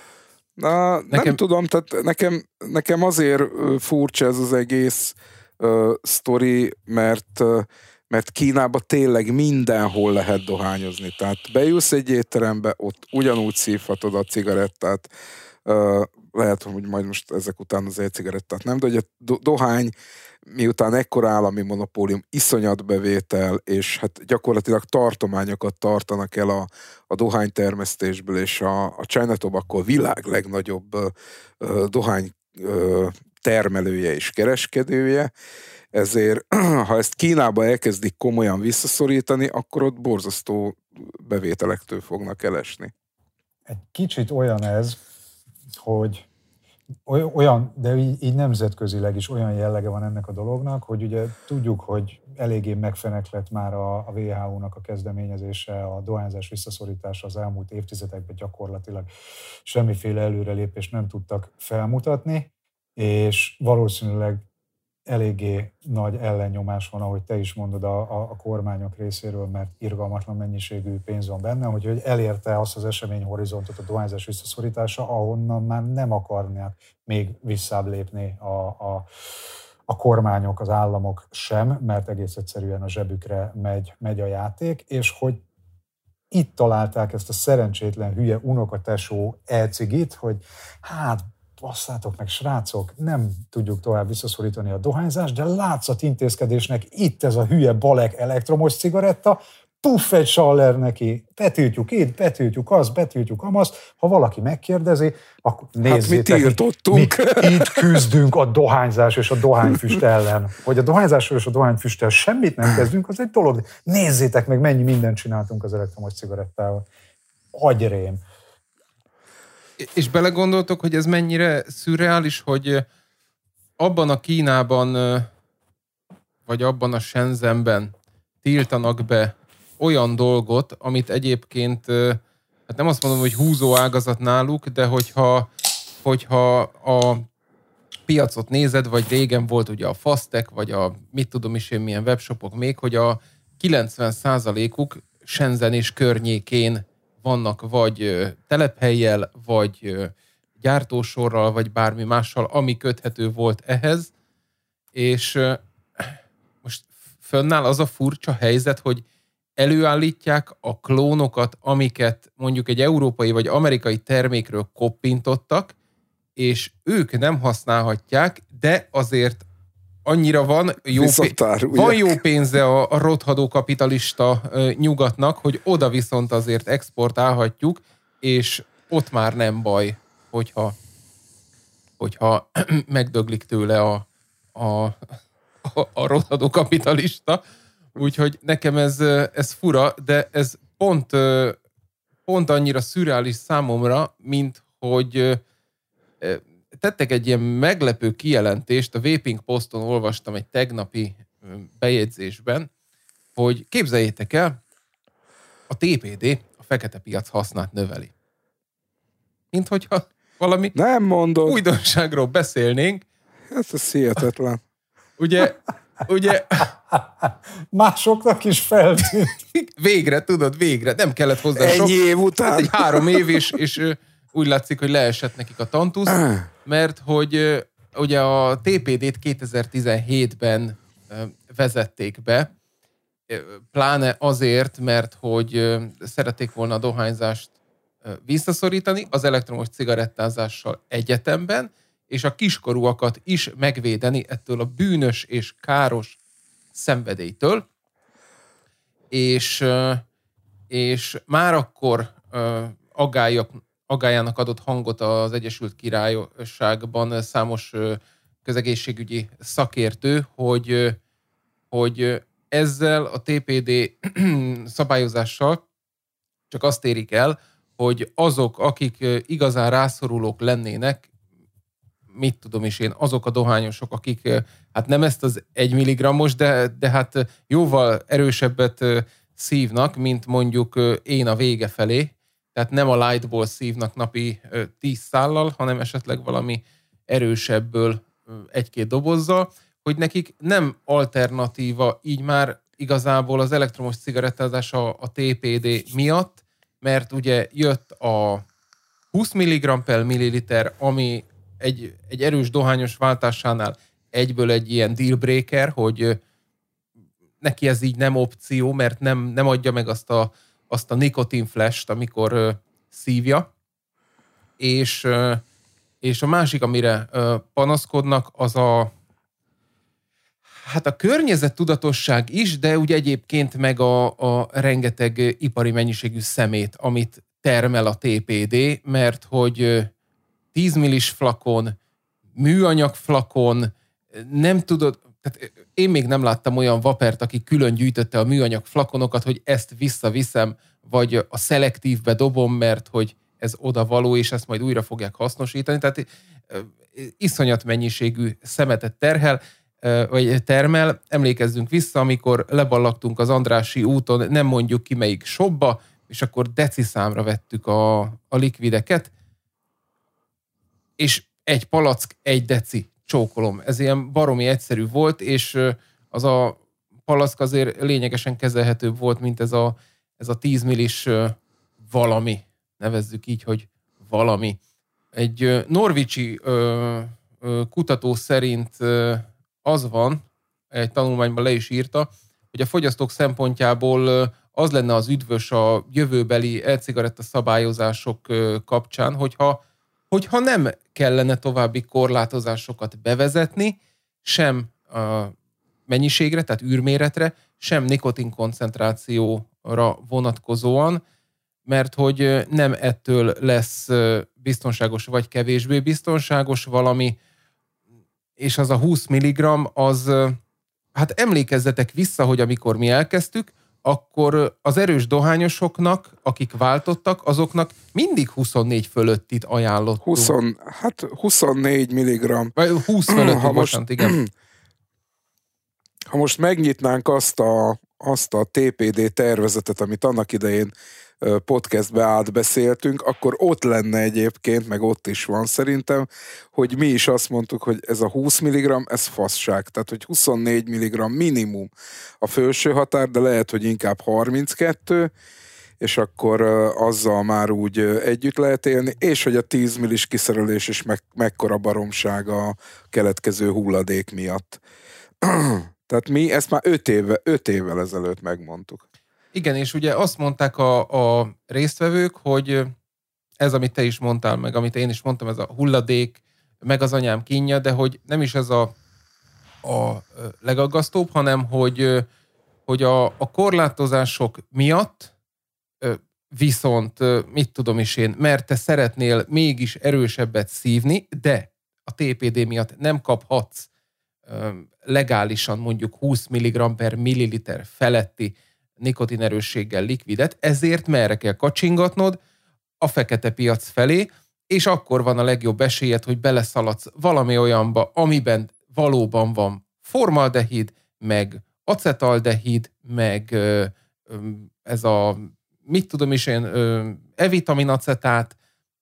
Nem tudom, tehát nekem azért furcsa ez az egész sztori, mert Kínában tényleg mindenhol lehet dohányozni. Tehát beülsz egy étterembe, ott ugyanúgy szívhatod a cigarettát, lehet, hogy majd most ezek után az e-cigarettát nem, de hogy a dohány, miután ekkora állami monopólium, iszonyat bevétel, és hát gyakorlatilag tartományokat tartanak el a dohánytermesztésből, és a China Tobacco a világ legnagyobb dohány termelője és kereskedője, ezért ha ezt Kínába elkezdik komolyan visszaszorítani, akkor ott borzasztó bevételektől fognak elesni. Egy kicsit olyan ez, hogy olyan, de így nemzetközileg is olyan jellege van ennek a dolognak, hogy ugye tudjuk, hogy eléggé megfeneklett már a WHO-nak a kezdeményezése, a dohányzás visszaszorítása az elmúlt évtizedekben gyakorlatilag semmiféle előrelépést nem tudtak felmutatni, és valószínűleg eléggé nagy ellennyomás van, ahogy te is mondod a kormányok részéről, mert irgalmatlan mennyiségű pénz van benne, hogy elérte azt az eseményhorizontot a dohányzás visszaszorítása, ahonnan már nem akarnak még visszább lépni a kormányok, az államok sem, mert egész egyszerűen a zsebükre megy a játék, és hogy itt találták ezt a szerencsétlen hülye unokatesó e-cigit, hogy hát basszátok meg, srácok, nem tudjuk tovább visszaszorítani a dohányzást, de látszat intézkedésnek itt ez a hülye balek elektromos cigaretta, puff egy saller neki, betiltjuk itt, betiltjuk azt, betiltjuk amazt, ha valaki megkérdezi, akkor nézzétek, mi tiltottunk. Mi itt küzdünk a dohányzás és a dohányfüst ellen. Hogy a dohányzásról és a dohányfüsttel semmit nem kezdünk, az egy dolog. Nézzétek meg, mennyi mindent csináltunk az elektromos cigarettával. Agyrém. És belegondoltok, hogy ez mennyire szürreális, hogy abban a Kínában, vagy abban a Shenzhenben tiltanak be olyan dolgot, amit egyébként, hát nem azt mondom, hogy húzó ágazat náluk, de hogyha a piacot nézed, vagy régen volt ugye a Fastech, vagy a mit tudom is én milyen webshopok még, hogy a 90%-uk Shenzhen és környékén vannak vagy telephellyel, vagy gyártósorral, vagy bármi mással, ami köthető volt ehhez, és most fönnáll az a furcsa helyzet, hogy előállítják a klónokat, amiket mondjuk egy európai vagy amerikai termékről koppintottak, és ők nem használhatják, de azért annyira van jó pénze a rothadó kapitalista nyugatnak, hogy oda viszont azért exportálhatjuk, és ott már nem baj, hogyha megdöglik tőle a rothadó kapitalista. Úgyhogy nekem ez fura, de ez pont annyira szürreális számomra, mint hogy tettek egy ilyen meglepő kijelentést, a Vaping Poston olvastam egy tegnapi bejegyzésben, hogy képzeljétek el, a TPD a fekete piac hasznát növeli. Mint hogyha valami nem mondod. Újdonságról beszélnénk. Ez hihetetlen. Ugye másoknak is feltűnt. Végre, tudod, nem kellett hozzá ennyi év után. Egy 3 év, és úgy látszik, hogy leesett nekik a tantusz, mert hogy ugye a TPD-t 2017-ben vezették be, pláne azért, mert hogy szerették volna a dohányzást visszaszorítani az elektromos cigarettázással egyetemben, és a kiskorúakat is megvédeni ettől a bűnös és káros szenvedélytől. És már akkor aggályának adott hangot az Egyesült Királyságban számos közegészségügyi szakértő, hogy ezzel a TPD szabályozással csak azt érik el, hogy azok, akik igazán rászorulók lennének, mit tudom is én, azok a dohányosok, akik hát nem ezt az 1 milligrammos, de hát jóval erősebbet szívnak, mint mondjuk én a vége felé. Tehát nem a lightból szívnak napi 10 szállal, hanem esetleg valami erősebből 1-2 dobozzal, hogy nekik nem alternatíva így már igazából az elektromos cigarettázás a TPD miatt, mert ugye jött a 20 mg per milliliter, ami egy erős dohányos váltásánál egyből egy ilyen dealbreaker, hogy neki ez így nem opció, mert nem adja meg azt a nikotin flash-t, amikor szívja. És a másik, amire panaszkodnak, az a környezettudatosság is, de ugye egyébként meg a rengeteg ipari mennyiségű szemét, amit termel a TPD, mert hogy 10 millis flakon, műanyag flakon, nem tudod, tehát én még nem láttam olyan vapert, aki külön gyűjtötte a műanyag flakonokat, hogy ezt visszaviszem, vagy a szelektívbe dobom, mert hogy ez oda való, és ezt majd újra fogják hasznosítani. Tehát iszonyat mennyiségű szemetet termel. Emlékezzünk vissza, amikor leballagtunk az Andrássy úton, nem mondjuk ki melyik shopba, és akkor deciszámra vettük a likvideket, és egy palack, 1 deci, csókolom. Ez ilyen baromi egyszerű volt, és az a palack azért lényegesen kezelhetőbb volt, mint ez a 10 millis valami. Nevezzük így, hogy valami. Egy norwich-i kutató szerint az van, egy tanulmányban le is írta, hogy a fogyasztók szempontjából az lenne az üdvös a jövőbeli e-cigaretta szabályozások kapcsán, hogyha nem kellene további korlátozásokat bevezetni, sem mennyiségre, tehát űrméretre, sem nikotin koncentrációra vonatkozóan, mert hogy nem ettől lesz biztonságos vagy kevésbé biztonságos valami, és az a 20 mg, az, hát emlékezzetek vissza, hogy amikor mi elkezdtük, akkor az erős dohányosoknak, akik váltottak, azoknak mindig 24 fölöttit ajánlottunk. 24 mg. Vagy 20 fölötti, igen. Ha most megnyitnánk azt a TPD tervezetet, amit annak idején podcastbe átbeszéltünk, akkor ott lenne egyébként, meg ott is van szerintem, hogy mi is azt mondtuk, hogy ez a 20 mg, ez fasság. Tehát, hogy 24 mg minimum a felső határ, de lehet, hogy inkább 32, és akkor azzal már úgy együtt lehet élni, és hogy a 10 millis kiszerelés is mekkora baromság a keletkező hulladék miatt. Tehát mi ezt már 5 évvel ezelőtt megmondtuk. Igen, és ugye azt mondták a résztvevők, hogy ez, amit te is mondtál, meg amit én is mondtam, ez a hulladék, meg az anyám kínja, de hogy nem is ez a legaggasztóbb, hanem hogy a korlátozások miatt viszont, mit tudom is én, mert te szeretnél mégis erősebbet szívni, de a TPD miatt nem kaphatsz legálisan mondjuk 20 mg per milliliter feletti nikotinerősséggel likvidet, ezért merre kell kacsingatnod a fekete piac felé, és akkor van a legjobb esélyed, hogy beleszaladsz valami olyanba, amiben valóban van formaldehid, meg acetaldehid, meg ez a, mit tudom is én, E-vitaminacetát,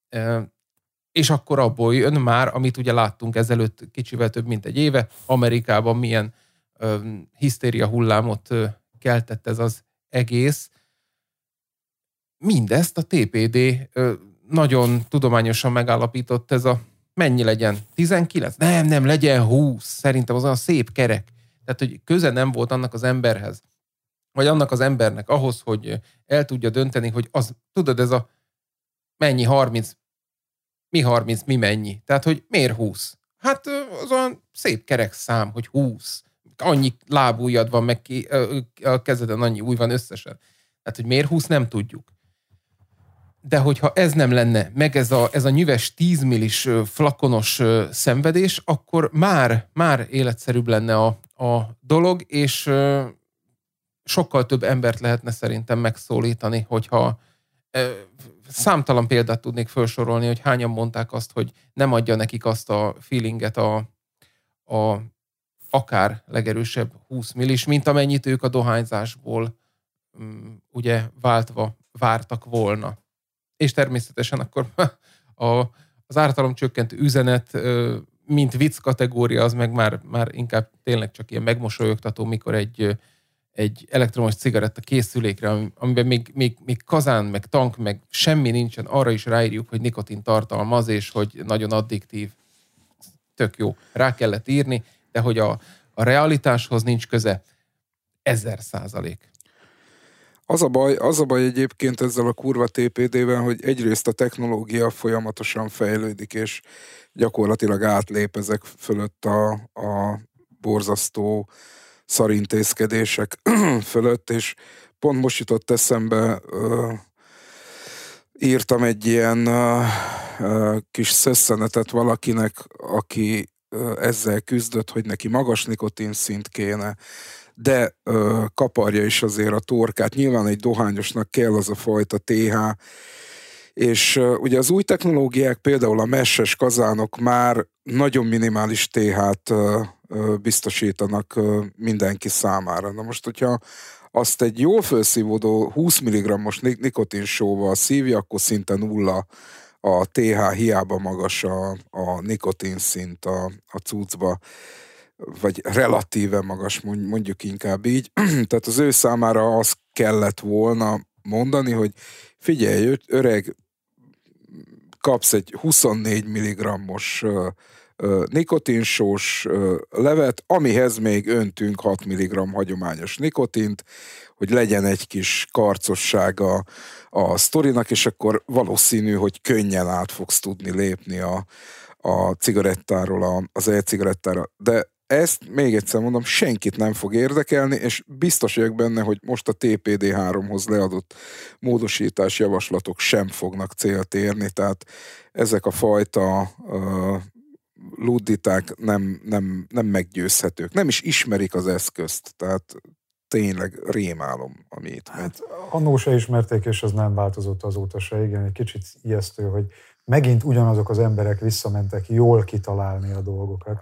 és akkor abból jön már, amit ugye láttunk ezelőtt kicsivel több mint egy éve, Amerikában milyen hisztéria hullámot keltett ez az egész. Mindezt a TPD nagyon tudományosan megállapított, ez a mennyi legyen? 19? Nem, legyen 20. Szerintem az olyan szép kerek. Tehát, hogy köze nem volt annak az emberhez, vagy annak az embernek ahhoz, hogy el tudja dönteni, hogy az, tudod, ez a mennyi 30, mi 30, mi mennyi. Tehát, hogy miért 20? Hát az olyan szép kerek szám, hogy 20. Annyi lábújad van, meg a kezeden annyi új van összesen. Tehát, hogy miért 20, nem tudjuk. De hogyha ez nem lenne, meg ez a nyüves 10 millis flakonos szenvedés, akkor már életszerűbb lenne a dolog, és sokkal több embert lehetne szerintem megszólítani, hogyha számtalan példát tudnék felsorolni, hogy hányan mondták azt, hogy nem adja nekik azt a feelinget a akár legerősebb 20 millis, mint amennyit ők a dohányzásból ugye váltva vártak volna. És természetesen akkor az ártalomcsökkentő üzenet, mint vicc kategória, az meg már inkább tényleg csak ilyen megmosolyogtató, mikor egy elektromos cigaretta készülékre, amiben még kazán, meg tank, meg semmi nincsen, arra is ráírjuk, hogy nikotin tartalmaz, és hogy nagyon addiktív. Tök jó. Rá kellett írni, de hogy a realitáshoz nincs köze 1000%. Az a baj egyébként ezzel a kurva TPD-vel, hogy egyrészt a technológia folyamatosan fejlődik, és gyakorlatilag átlép ezek fölött a borzasztó szarintézkedések fölött, és pont most jutott eszembe, írtam egy ilyen kis szösszenetet valakinek, aki ezzel küzdött, hogy neki magas nikotinszint kéne, de kaparja is azért a torkát. Nyilván egy dohányosnak kell az a fajta TH, és ugye az új technológiák, például a messes kazánok már nagyon minimális TH-t biztosítanak mindenki számára. Na most, hogyha azt egy jól felszívódó 20 mg-os nikotinsóval szívja, akkor szinte nulla a TH, hiába magas a nikotinszint a cuccba, vagy relatíve magas, mondjuk inkább így. Tehát az ő számára az kellett volna mondani, hogy figyelj, öreg, kapsz egy 24 mg-os nikotinsós levet, amihez még öntünk 6 mg hagyományos nikotint, hogy legyen egy kis karcossága a sztorinak, és akkor valószínű, hogy könnyen át fogsz tudni lépni a cigarettáról az e-cigarettára. De ezt még egyszer mondom, senkit nem fog érdekelni, és biztos vagyok benne, hogy most a TPD3-hoz leadott módosítás javaslatok sem fognak célt érni, tehát ezek a fajta ludditák nem meggyőzhetők. Nem is ismerik az eszközt, tehát tényleg rémálom, ami itt megy. Hát annó se ismerték, és ez nem változott azóta se. Igen, egy kicsit ijesztő, hogy megint ugyanazok az emberek visszamentek jól kitalálni a dolgokat.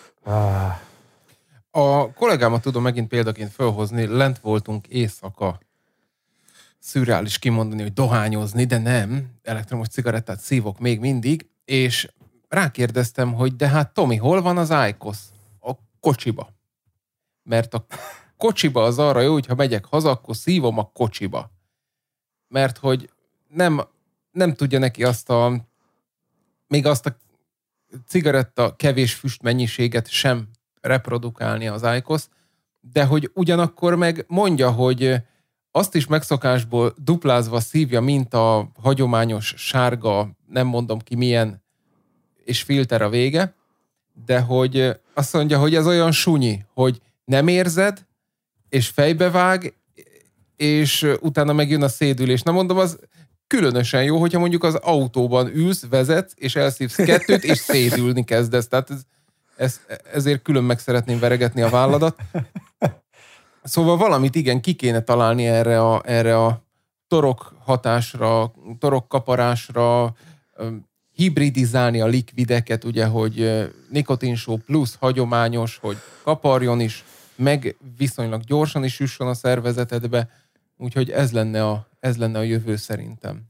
A kollégámat tudom megint példaként felhozni, lent voltunk éjszaka. Szürreális kimondani, hogy dohányozni, de nem, elektromos cigarettát szívok még mindig, és rákérdeztem, hogy de hát Tomi, hol van az IQOS? A kocsiba. Mert a kocsiba az arra jó, hogy ha megyek haza, akkor szívom a kocsiba. mert hogy nem tudja neki még azt a cigaretta kevés füst mennyiséget sem reprodukálni az IQOS, de hogy ugyanakkor meg mondja, hogy azt is megszokásból duplázva szívja, mint a hagyományos sárga, nem mondom ki milyen, és filter a vége, de hogy azt mondja, hogy ez olyan sunyi, hogy nem érzed, és fejbevág, és utána megjön a szédülés. Na mondom, az különösen jó, hogyha mondjuk az autóban ülsz, vezetsz, és elszívsz kettőt, és szédülni kezdesz. Tehát ezért külön meg szeretném veregetni a válladat. Szóval valamit igen, ki kéne találni erre a torok hatásra, torok kaparásra, hibridizálni a likvideket, ugye, hogy nikotinsó plusz hagyományos, hogy kaparjon is, meg viszonylag gyorsan is jusson a szervezetedbe, úgyhogy ez lenne a jövő szerintem.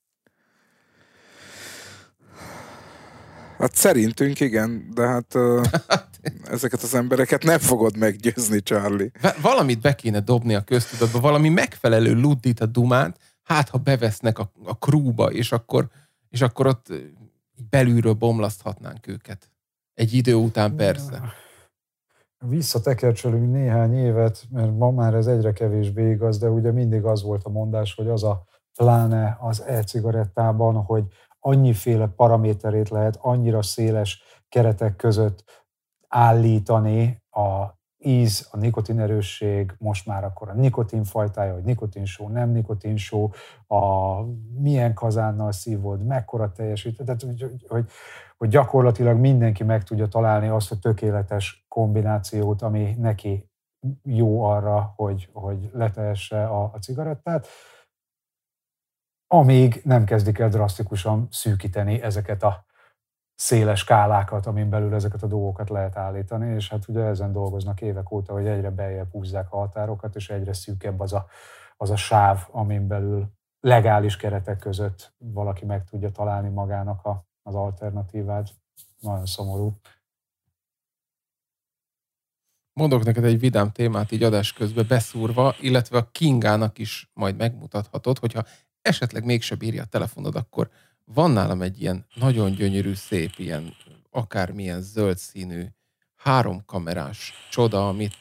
Hát szerintünk igen, de hát ezeket az embereket nem fogod meggyőzni, Charlie. Valamit be kéne dobni a köztudatba, valami megfelelő luddit a dumát, hát ha bevesznek a crewba, és akkor ott belülről bomlaszthatnánk őket. Egy idő után persze. Visszatekercselünk néhány évet, mert ma már ez egyre kevésbé igaz, de ugye mindig az volt a mondás, hogy az a pláne az e-cigarettában, hogy annyiféle paraméterét lehet annyira széles keretek között állítani a íz, a nikotinerősség, most már akkor a nikotinfajtája, hogy nikotinsó, nem nikotinsó, milyen kazánnal szívod, mekkora teljesít, tehát hogy gyakorlatilag mindenki meg tudja találni azt a tökéletes kombinációt, ami neki jó arra, hogy letehesse a cigarettát, amíg nem kezdik el drasztikusan szűkíteni ezeket a széles skálákat, amin belül ezeket a dolgokat lehet állítani, és hát ugye ezen dolgoznak évek óta, hogy egyre beljebb húzzák a határokat, és egyre szűkebb az a sáv, amin belül legális keretek között valaki meg tudja találni magának az alternatívát. Nagyon szomorú. Mondok neked egy vidám témát így adás közben beszúrva, illetve a Kingának is majd megmutathatod, hogyha esetleg mégse bírja a telefonod, akkor van nálam egy ilyen nagyon gyönyörű, szép, ilyen akármilyen zöld színű, 3 kamerás csoda, amit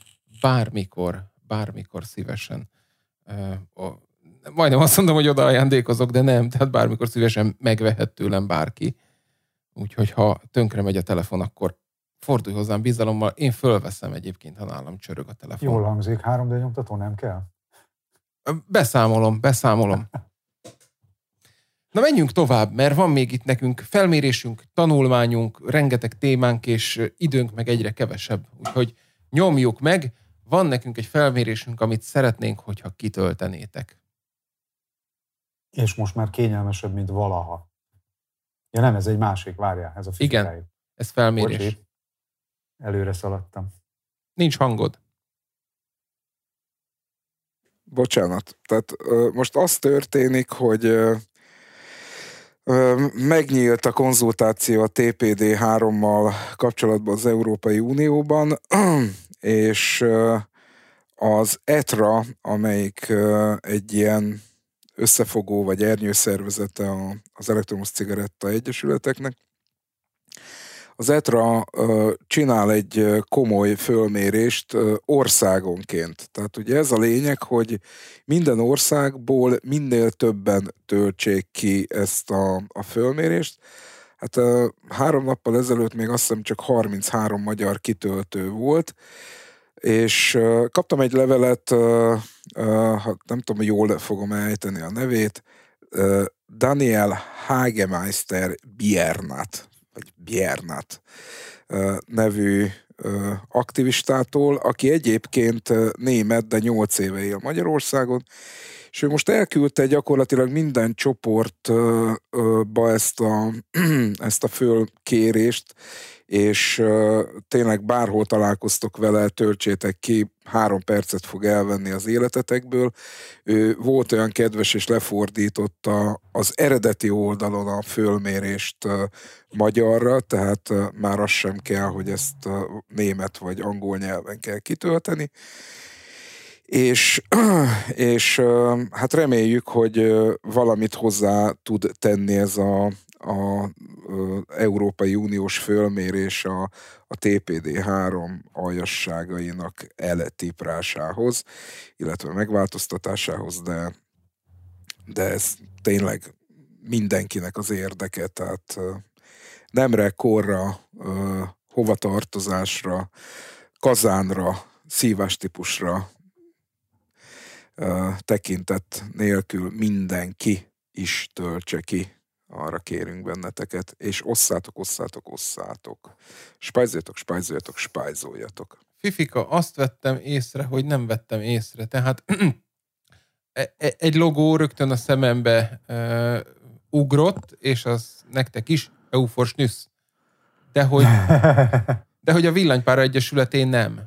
bármikor szívesen, majdnem azt mondom, hogy oda ajándékozok, de nem, tehát bármikor szívesen megvehet tőlem bárki. Úgyhogy ha tönkre megy a telefon, akkor fordulj hozzám bizalommal, én fölveszem egyébként, ha nálam csörög a telefon. Jól hangzik, 3D nyomtató nem kell? Beszámolom. Na menjünk tovább, mert van még itt nekünk felmérésünk, tanulmányunk, rengeteg témánk, és időnk meg egyre kevesebb. Úgyhogy nyomjuk meg, van nekünk egy felmérésünk, amit szeretnénk, hogyha kitöltenétek. És most már kényelmesebb, mint valaha. Ja nem, ez egy másik, várjál, ez a fizikai. Igen, ez felmérés. Bocsi, előre szaladtam. Nincs hangod. Bocsánat. Tehát most az történik, hogy megnyílt a konzultáció a TPD3-mal kapcsolatban az Európai Unióban, és az ETRA, amelyik egy ilyen összefogó vagy ernyőszervezete az elektromos cigaretta egyesületeknek, az ETRA csinál egy komoly fölmérést országonként. Tehát ugye ez a lényeg, hogy minden országból minél többen töltsék ki ezt a fölmérést. Hát 3 nappal ezelőtt még azt hiszem csak 33 magyar kitöltő volt, és kaptam egy levelet, nem tudom, jól fogom ejteni a nevét, Daniel Hagemeister Biernat nevű aktivistától, aki egyébként német, de 8 éve él Magyarországon, és ő most elküldte gyakorlatilag minden csoportba ezt a fölkérést, és tényleg bárhol találkoztok vele, töltsétek ki, 3 percet fog elvenni az életetekből. Ő volt olyan kedves, és lefordította az eredeti oldalon a fölmérést magyarra, tehát már az sem kell, hogy ezt német vagy angol nyelven kell kitölteni. és hát reméljük, hogy valamit hozzá tud tenni ez a Európai Uniós fölmérés a TPD3 aljasságainak eltiprásához, illetve megváltoztatásához, de ez tényleg mindenkinek az érdeke, tehát nemre, korra, hovatartozásra, kazánra, szívástípusra tekintet nélkül mindenki is töltse ki. Arra kérünk benneteket, és osszátok. Spájzoljatok. Fifika, azt vettem észre, hogy nem vettem észre. Tehát egy logó rögtön a szemembe ugrott, és az nektek is Euforsnüss. De hogy a Villanypára Egyesületén nem.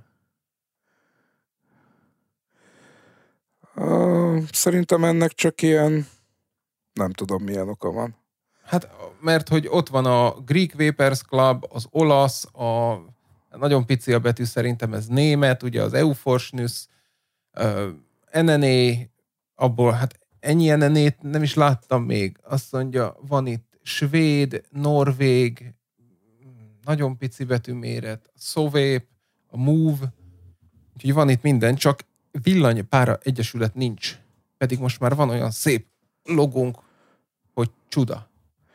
Szerintem ennek csak ilyen, nem tudom milyen oka van. Hát, mert hogy ott van a Greek Vapers Club, az olasz, nagyon pici a betű, szerintem ez német, ugye az Euforsnüss, NNA, abból hát ennyi NNA-t nem is láttam még. Azt mondja, van itt svéd, norvég, nagyon pici betűméret, a Sovép, a Move, úgyhogy van itt minden, csak Villanypára Egyesület nincs. Pedig most már van olyan szép logónk, hogy csuda.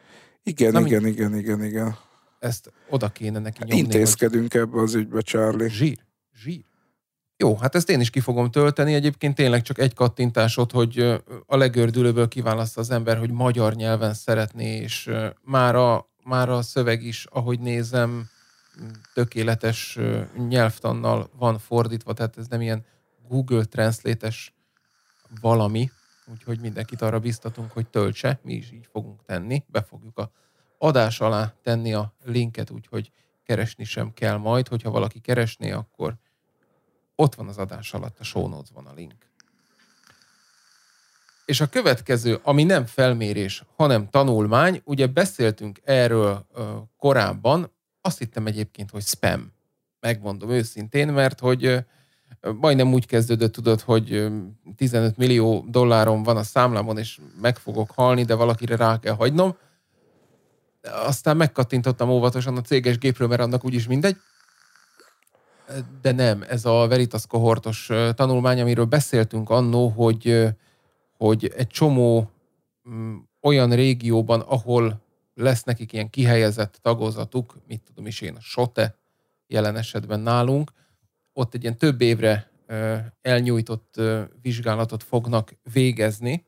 Igen. Ezt oda kéne neki nyomni. Intézkedünk ebbe az ügybe, Charlie. Zsír. Jó, hát ezt én is ki fogom tölteni. Egyébként tényleg csak egy kattintásod, hogy a legördülőből kiválaszta az ember, hogy magyar nyelven szeretné, és már a szöveg is, ahogy nézem, tökéletes nyelvtannal van fordítva, tehát ez nem ilyen Google Translate-es valami, úgyhogy mindenkit arra biztatunk, hogy töltse, mi is így fogunk tenni, be fogjuk a adás alá tenni a linket, úgyhogy keresni sem kell majd, hogyha valaki keresné, akkor ott van az adás alatt, a show notes-ban a link. És a következő, ami nem felmérés, hanem tanulmány, ugye beszéltünk erről korábban, azt hittem egyébként, hogy spam. Megmondom őszintén, mert hogy majdnem úgy kezdődött, tudod, hogy 15 millió dollárom van a számlámon, és meg fogok halni, de valakire rá kell hagynom. Aztán megkattintottam óvatosan a céges gépről, mert annak úgyis mindegy. De nem, ez a Veritas kohortos tanulmány, amiről beszéltünk annó, hogy egy csomó olyan régióban, ahol lesz nekik ilyen kihelyezett tagozatuk, mit tudom is én, a SOTE jelen esetben nálunk, ott egy ilyen több évre elnyújtott vizsgálatot fognak végezni.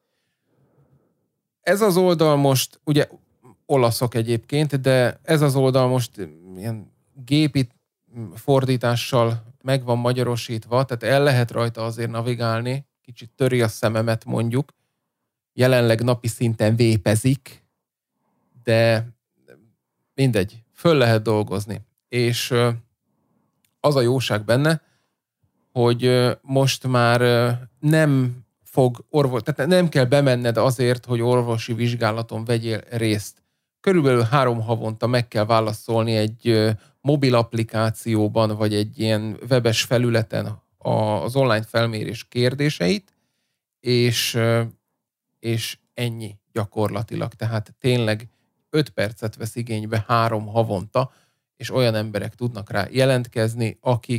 Ez az oldal most, ugye olaszok egyébként, de ez az oldal most ilyen gépi fordítással meg van magyarosítva, tehát el lehet rajta azért navigálni, kicsit töri a szememet mondjuk, jelenleg napi szinten vépezik, de mindegy, föl lehet dolgozni. És az a jóság benne, hogy most már nem tehát nem kell bemenned azért, hogy orvosi vizsgálaton vegyél részt. Körülbelül 3 havonta meg kell válaszolni egy mobil applikációban, vagy egy ilyen webes felületen az online felmérés kérdéseit, és ennyi gyakorlatilag. Tehát tényleg 5 percet vesz igénybe 3 havonta, és olyan emberek tudnak rá jelentkezni,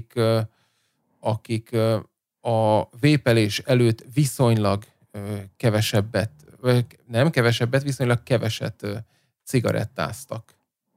akik a vépelés előtt viszonylag viszonylag keveset cigarettáztak.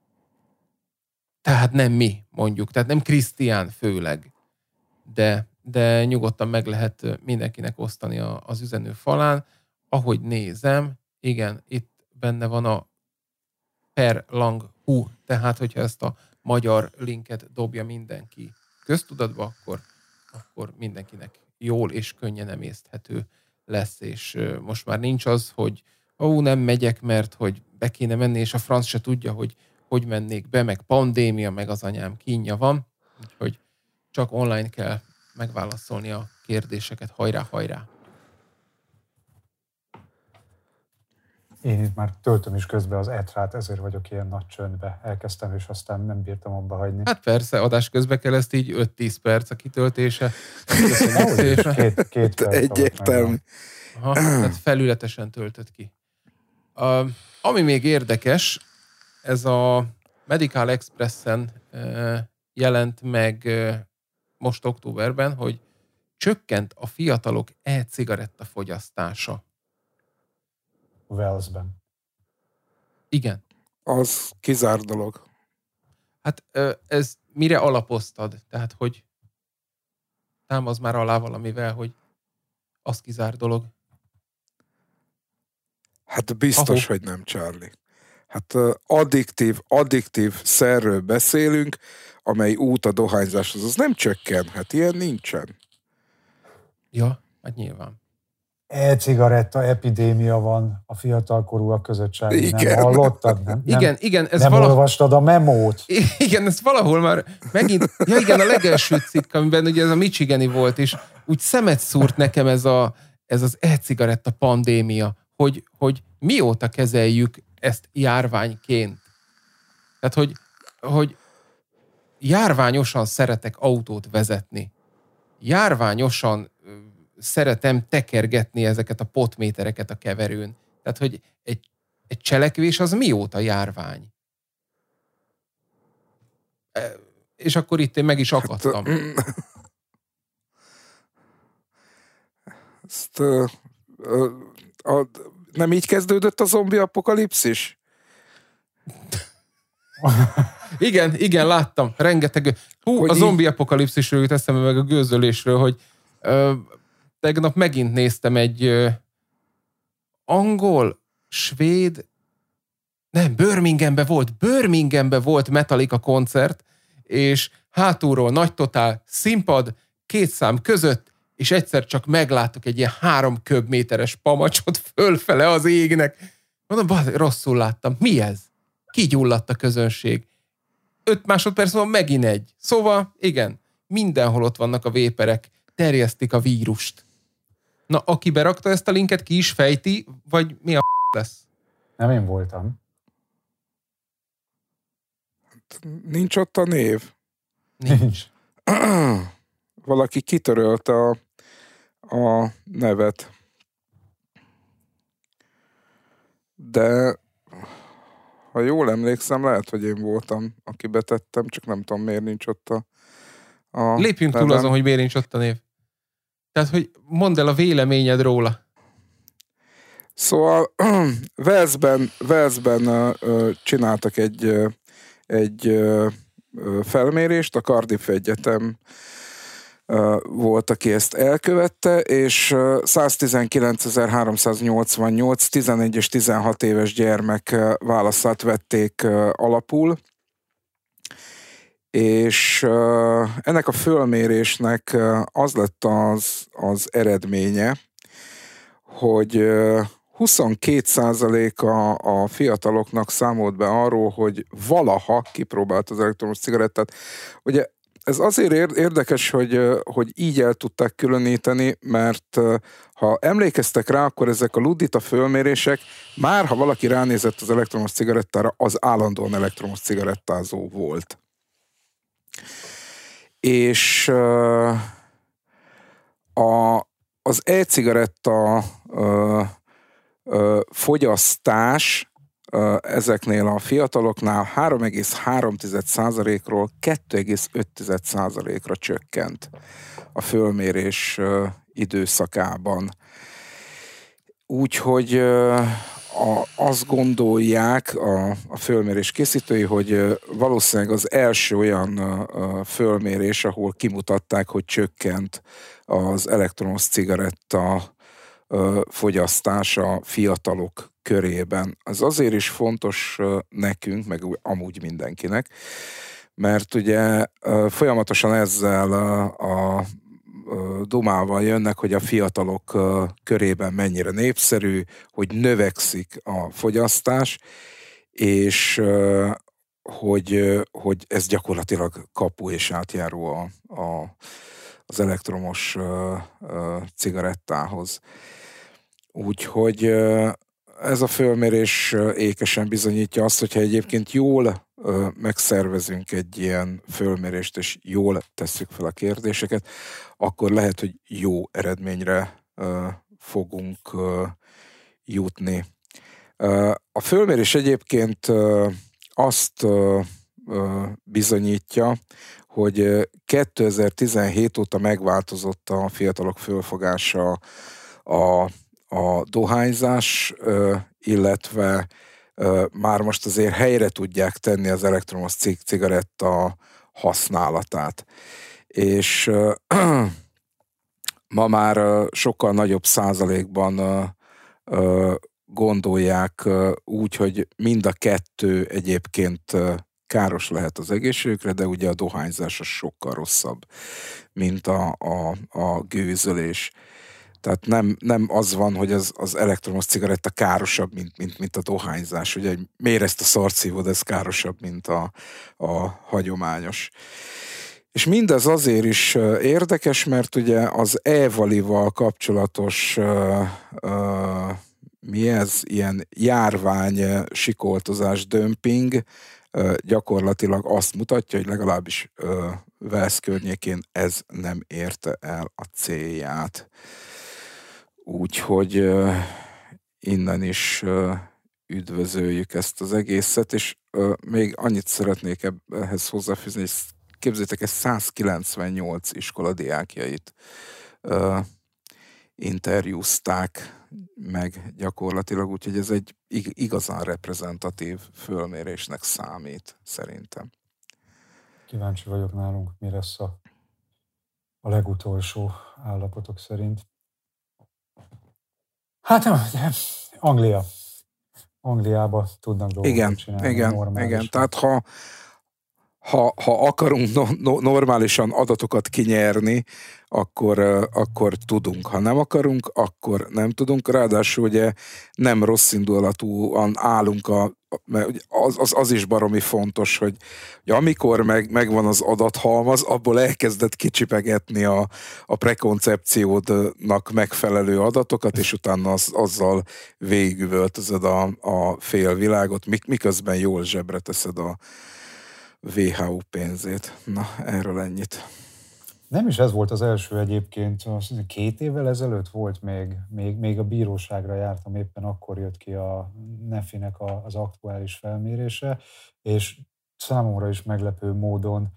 Tehát nem mi, mondjuk, tehát nem Krisztián főleg, de nyugodtan meg lehet mindenkinek osztani az üzenő falán. Ahogy nézem, igen, itt benne van a per lang hu, tehát hogyha ezt a magyar linket dobja mindenki köztudatba, akkor mindenkinek jól és könnyen emészthető lesz, és most már nincs az, hogy nem megyek, mert hogy be kéne menni, és a franc se tudja, hogy mennék be, meg pandémia, meg az anyám kínja van, úgyhogy csak online kell megválaszolni a kérdéseket. Hajrá, hajrá! Én itt már töltöm is közben az etrát, ezért vagyok ilyen nagy csöndbe. Elkezdtem, és aztán nem bírtam abba hagyni. Hát persze, adás közben kell ezt így 5-10 perc a kitöltése. Két perc. Egyértelmű. Aha, tehát felületesen töltött ki. Ami még érdekes, ez a Medical Expressen jelent meg most októberben, hogy csökkent a fiatalok e-cigaretta fogyasztása. Walesben. Igen. Az kizár dolog. Hát ez mire alapoztad? Tehát, hogy támaz már alá valamivel, hogy az kizár dolog. Hát biztos, hogy nem, Charlie. Hát addiktív szerről beszélünk, amely út a dohányzáshoz. Az nem csökken, hát ilyen nincsen. Ja, hát nyilván. E-cigaretta epidémia van a fiatalkorúak között, Sári. Nem hallottad? Nem, igen. Ez nem olvastad a memót? Igen, ez valahol már megint... Ja igen, a legelső cikk, amiben ugye ez a Michigani volt, és úgy szemet szúrt nekem ez az e-cigaretta pandémia, hogy mióta kezeljük ezt járványként. Tehát, hogy járványosan szeretek autót vezetni. Járványosan szeretem tekergetni ezeket a potmétereket a keverőn. Tehát, hogy egy cselekvés az mióta járvány? És akkor itt én meg is akadtam. Nem így kezdődött a zombi apokalipszis? Igen, láttam. Rengeteg. A zombi apokalipszisről jut eszembe, meg a gőzölésről, hogy tegnap megint néztem egy angol, svéd, nem, Birminghambe volt Metallica koncert, és hátulról nagy totál színpad, két szám között, és egyszer csak megláttuk egy ilyen 3 köbméteres pamacsot fölfele az égnek. Mondom, rosszul láttam. Mi ez? Kigyulladt a közönség. 5 másodperc van megint egy. Szóval, igen, mindenhol ott vannak a véperek, terjesztik a vírust. Na, aki berakta ezt a linket, ki is fejti, vagy mi a lesz? Nem én voltam. Nincs ott a név? Nincs. Valaki kitörölte a nevet. De ha jól emlékszem, lehet, hogy én voltam, aki betettem, csak nem tudom, miért nincs ott a Lépjünk nevem. túl azon, hogy miért nincs ott a név. Tehát, hogy mondd el a véleményed róla. Szóval Walesben csináltak egy felmérést, a Cardiff Egyetem volt, aki ezt elkövette, és 119.388 11 és 16 éves gyermek válaszát vették alapul, és ennek a fölmérésnek az lett az eredménye, hogy 22% a fiataloknak számolt be arról, hogy valaha kipróbált az elektromos cigarettát. Ugye ez azért érdekes, hogy így el tudták különíteni, mert ha emlékeztek rá, akkor ezek a ludita fölmérések, már ha valaki ránézett az elektromos cigarettára, az állandóan elektromos cigarettázó volt. És az e-cigaretta fogyasztás ezeknél a fiataloknál 3,3%-ról 2,5%-ra csökkent a fölmérés időszakában. Úgyhogy azt gondolják a fölmérés készítői, hogy valószínűleg az első olyan fölmérés, ahol kimutatták, hogy csökkent az elektromos cigaretta fogyasztása fiatalok körében. Ez azért is fontos nekünk, meg amúgy mindenkinek, mert ugye folyamatosan ezzel a dumával jönnek, hogy a fiatalok körében mennyire népszerű, hogy növekszik a fogyasztás, és hogy ez gyakorlatilag kapu és átjáró az elektromos cigarettához. Úgyhogy ez a fölmérés ékesen bizonyítja azt, hogyha egyébként jól megszervezünk egy ilyen fölmérést, és jól tesszük fel a kérdéseket, akkor lehet, hogy jó eredményre fogunk jutni. A fölmérés egyébként azt bizonyítja, hogy 2017 óta megváltozott a fiatalok fölfogása a dohányzás, illetve már most azért helyre tudják tenni az elektromos cigaretta használatát. És ma már sokkal nagyobb százalékban gondolják úgy, hogy mind a kettő egyébként káros lehet az egészségükre, de ugye a dohányzás az sokkal rosszabb, mint a gőzölés. Tehát nem az van, hogy az elektromos cigaretta károsabb, mint a dohányzás. Ugye, miért ezt a szart szívod, ez károsabb, mint a hagyományos. És mindez azért is érdekes, mert ugye az e-valival kapcsolatos mi ez? Ilyen járvány, sikoltozás, dömping gyakorlatilag azt mutatja, hogy legalábbis Wales környékén ez nem érte el a célját. Úgyhogy innen is üdvözöljük ezt az egészet, és még annyit szeretnék ehhez hozzáfűzni, hogy képzeljétek, ez 198 iskola diákjait interjúzták meg gyakorlatilag, úgyhogy ez egy igazán reprezentatív fölmérésnek számít, szerintem. Kíváncsi vagyok nálunk, mi lesz a legutolsó állapotok szerint. Hát Angliába tudnak dolgokat csinálni. Igen. Tehát ha akarunk normálisan adatokat kinyerni, akkor tudunk. Ha nem akarunk, akkor nem tudunk. Ráadásul ugye nem rossz indulatúan állunk, az is baromi fontos, hogy amikor megvan az adathalmaz, abból elkezdett kicsipegetni a prekoncepciódnak megfelelő adatokat, és utána azzal végigüvöltözöd a félvilágot, miközben jól zsebre teszed a WHO pénzét. Na, erről ennyit. Nem is ez volt az első egyébként, 2 évvel ezelőtt volt még a bíróságra jártam, éppen akkor jött ki a NEFI-nek az aktuális felmérése, és számomra is meglepő módon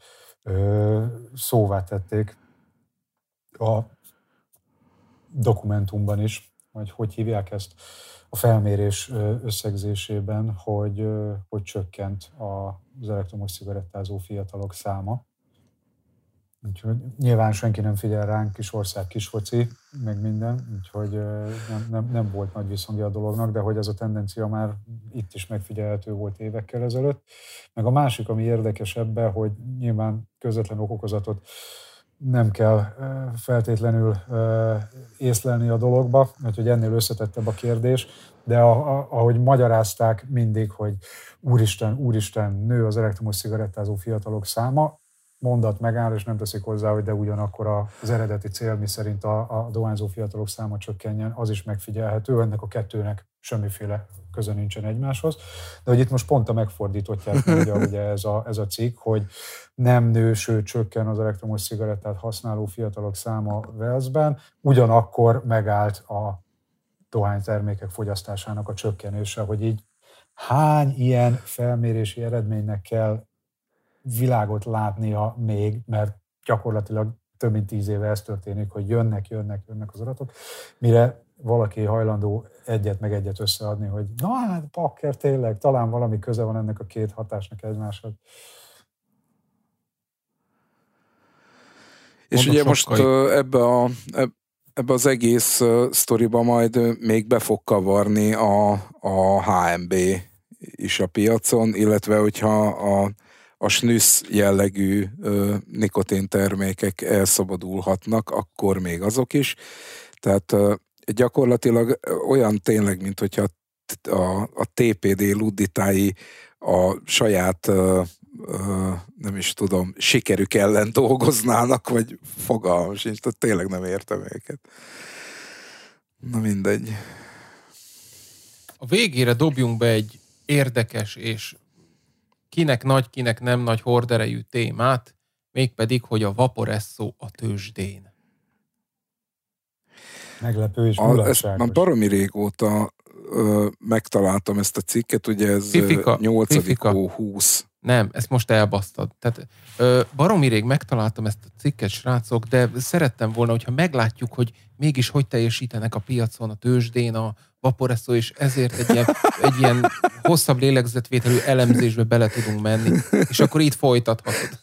szóvá tették a dokumentumban is, hogy hívják ezt a felmérés összegzésében, hogy csökkent az elektromos cigarettázó fiatalok száma. Úgyhogy nyilván senki nem figyel ránk, kis ország, kis foci, meg minden, úgyhogy nem volt nagy visszhangja a dolognak, de hogy ez a tendencia már itt is megfigyelhető volt évekkel ezelőtt. Meg a másik, ami érdekes ebben, hogy nyilván közvetlen okozatot nem kell feltétlenül észlelni a dologba, mert hogy ennél összetettebb a kérdés, de ahogy magyarázták mindig, hogy úristen, nő az elektromos cigarettázó fiatalok száma, mondat megáll, és nem teszik hozzá, hogy de ugyanakkor az eredeti cél, miszerint a dohányzó fiatalok száma csökkenjen, az is megfigyelhető, ennek a kettőnek semmiféle köze nincsen egymáshoz. De hogy itt most pont a megfordítottját mondja ugye ez a cikk, hogy nem nő, sőt csökken az elektromos cigarettát használó fiatalok száma Walesben, ugyanakkor megállt a dohánytermékek fogyasztásának a csökkenése, hogy így hány ilyen felmérési eredménynek kell világot látnia még, mert gyakorlatilag több mint 10 éve ez történik, hogy jönnek az adatok, mire valaki hajlandó egyet összeadni, hogy na hát pakker, tényleg, talán valami köze van ennek a két hatásnak egymáshoz. És ugye most ebbe az egész sztoriba majd még be fog kavarni a HMB is a piacon, illetve hogyha a snüsz jellegű nikotintermékek elszabadulhatnak, akkor még azok is. Tehát gyakorlatilag olyan tényleg, mint hogyha a TPD ludditái a saját, nem is tudom, sikerük ellen dolgoznának, vagy fogalmam sincs, tehát tényleg nem értem őket. Na mindegy. A végére dobjunk be egy érdekes és kinek nagy, kinek nem nagy horderejű témát, mégpedig, hogy a Vaporesso a tőzsdén. Meglepő és mulatságos. Már baromi régóta megtaláltam ezt a cikket, ugye ez 8. hó 20. Nem, ezt most elbasztad. Tehát baromi rég megtaláltam ezt a cikket, srácok, de szerettem volna, hogyha meglátjuk, hogy mégis hogy teljesítenek a piacon, a tőzsdén, a Vaporesso, és ezért egy ilyen hosszabb lélegzetvételű elemzésbe bele tudunk menni. És akkor itt folytathatod.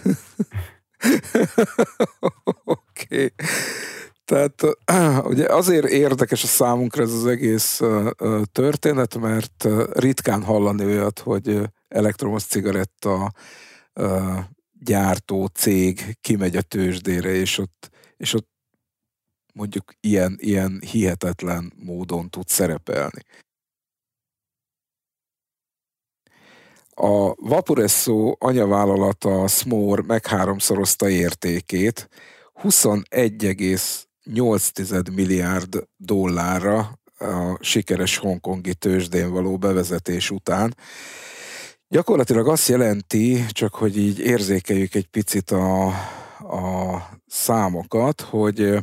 Oké. Tehát ugye azért érdekes a számunkra ez az egész történet, mert ritkán hallani olyat, hogy elektromos cigaretta gyártó cég kimegy a tőzsdére, és ott mondjuk ilyen hihetetlen módon tud szerepelni. A Vaporesso anyavállalata, a Smoore megháromszorozta értékét 21,8 milliárd dollárra a sikeres hongkongi tőzsdén való bevezetés után. Gyakorlatilag azt jelenti, csak hogy így érzékeljük egy picit a számokat, hogy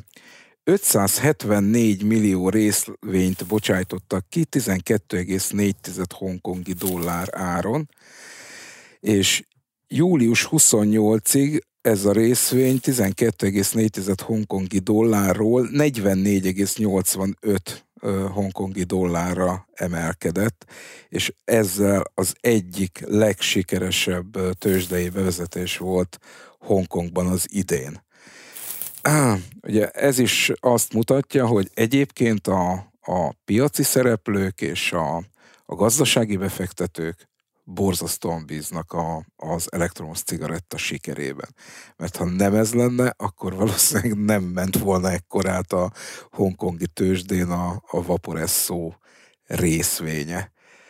574 millió részvényt bocsájtottak ki 12,4 hongkongi dollár áron, és július 28-ig ez a részvény 12,4 hongkongi dollárról 44,85 hongkongi dollárra emelkedett, és ezzel az egyik legsikeresebb tőzsdei bevezetés volt Hongkongban az idén. Ugye ez is azt mutatja, hogy egyébként a piaci szereplők és a gazdasági befektetők borzasztóan bíznak az elektromos cigaretta sikerében. Mert ha nem ez lenne, akkor valószínűleg nem ment volna ekkorát a hongkongi tőzsdén a Vaporesso részvénye.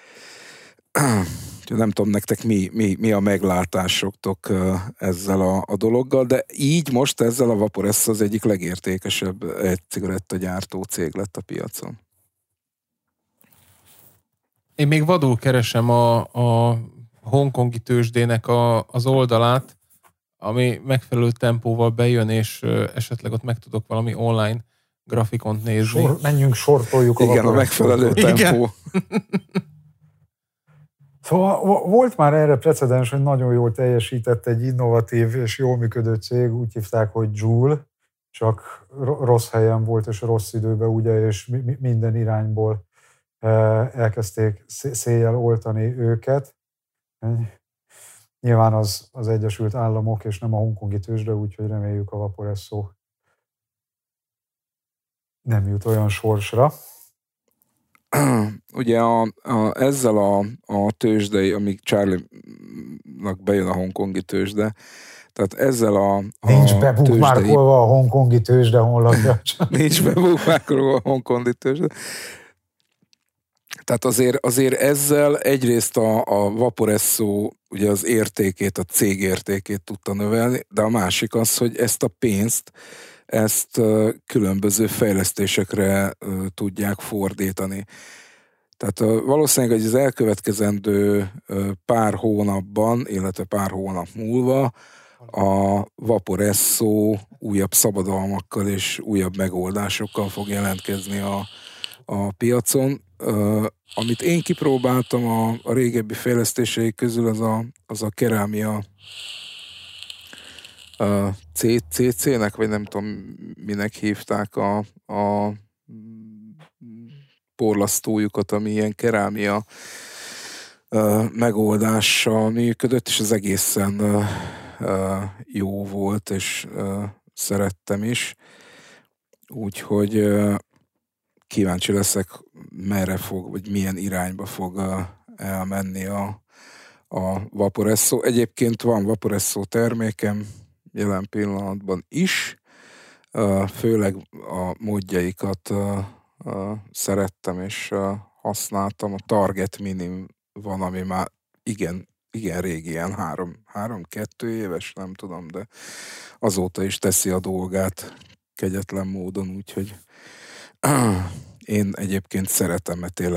Nem tudom nektek mi a meglátásoktok ezzel a dologgal, de így most ezzel a Vaporesso az egyik legértékesebb cigarettagyártó cég lett a piacon. Én még vadul keresem a hongkongi tőzsdének az oldalát, ami megfelelő tempóval bejön, és esetleg ott meg tudok valami online grafikont nézni. Menjünk, sortoljuk a Igen, a megfelelő tempó. Szóval volt már erre precedens, hogy nagyon jól teljesített egy innovatív és jól működő cég, úgy hívták, hogy Joule, csak rossz helyen volt és rossz időben, ugye, és minden irányból elkezdték széjjel oltani őket. Nyilván az Egyesült Államok, és nem a hongkongi tőzsde, úgyhogy reméljük a Vaporesso nem jut olyan sorsra. Ugye ezzel a tőzsdei, amíg Charlie-nak bejön a hongkongi tőzsde, tehát ezzel nincs bebookmarkolva a hongkongi tőzsde honlapja. Nincs bebookmarkolva a hongkongi tőzsde. Tehát azért ezzel egyrészt a Vaporesso ugye az értékét, a cég értékét tudta növelni, de a másik az, hogy ezt a pénzt, ezt különböző fejlesztésekre tudják fordítani. Tehát valószínűleg az elkövetkezendő pár hónapban, illetve pár hónap múlva a Vaporesso újabb szabadalmakkal és újabb megoldásokkal fog jelentkezni a piacon. Amit én kipróbáltam a régebbi fejlesztései közül, az a kerámia CC-nek, vagy nem tudom, minek hívták a porlasztójukat, ami ilyen kerámia megoldással működött, és az egészen jó volt, és szerettem is. Úgyhogy kíváncsi leszek, merre fog, vagy milyen irányba fog elmenni a Vaporesso. Egyébként van Vaporesso termékem jelen pillanatban is, főleg a módjaikat szerettem és használtam. A Target Mini van, ami már igen régi, ilyen 3-2 éves, nem tudom, de azóta is teszi a dolgát kegyetlen módon, úgyhogy én egyébként szeretem, mert tényleg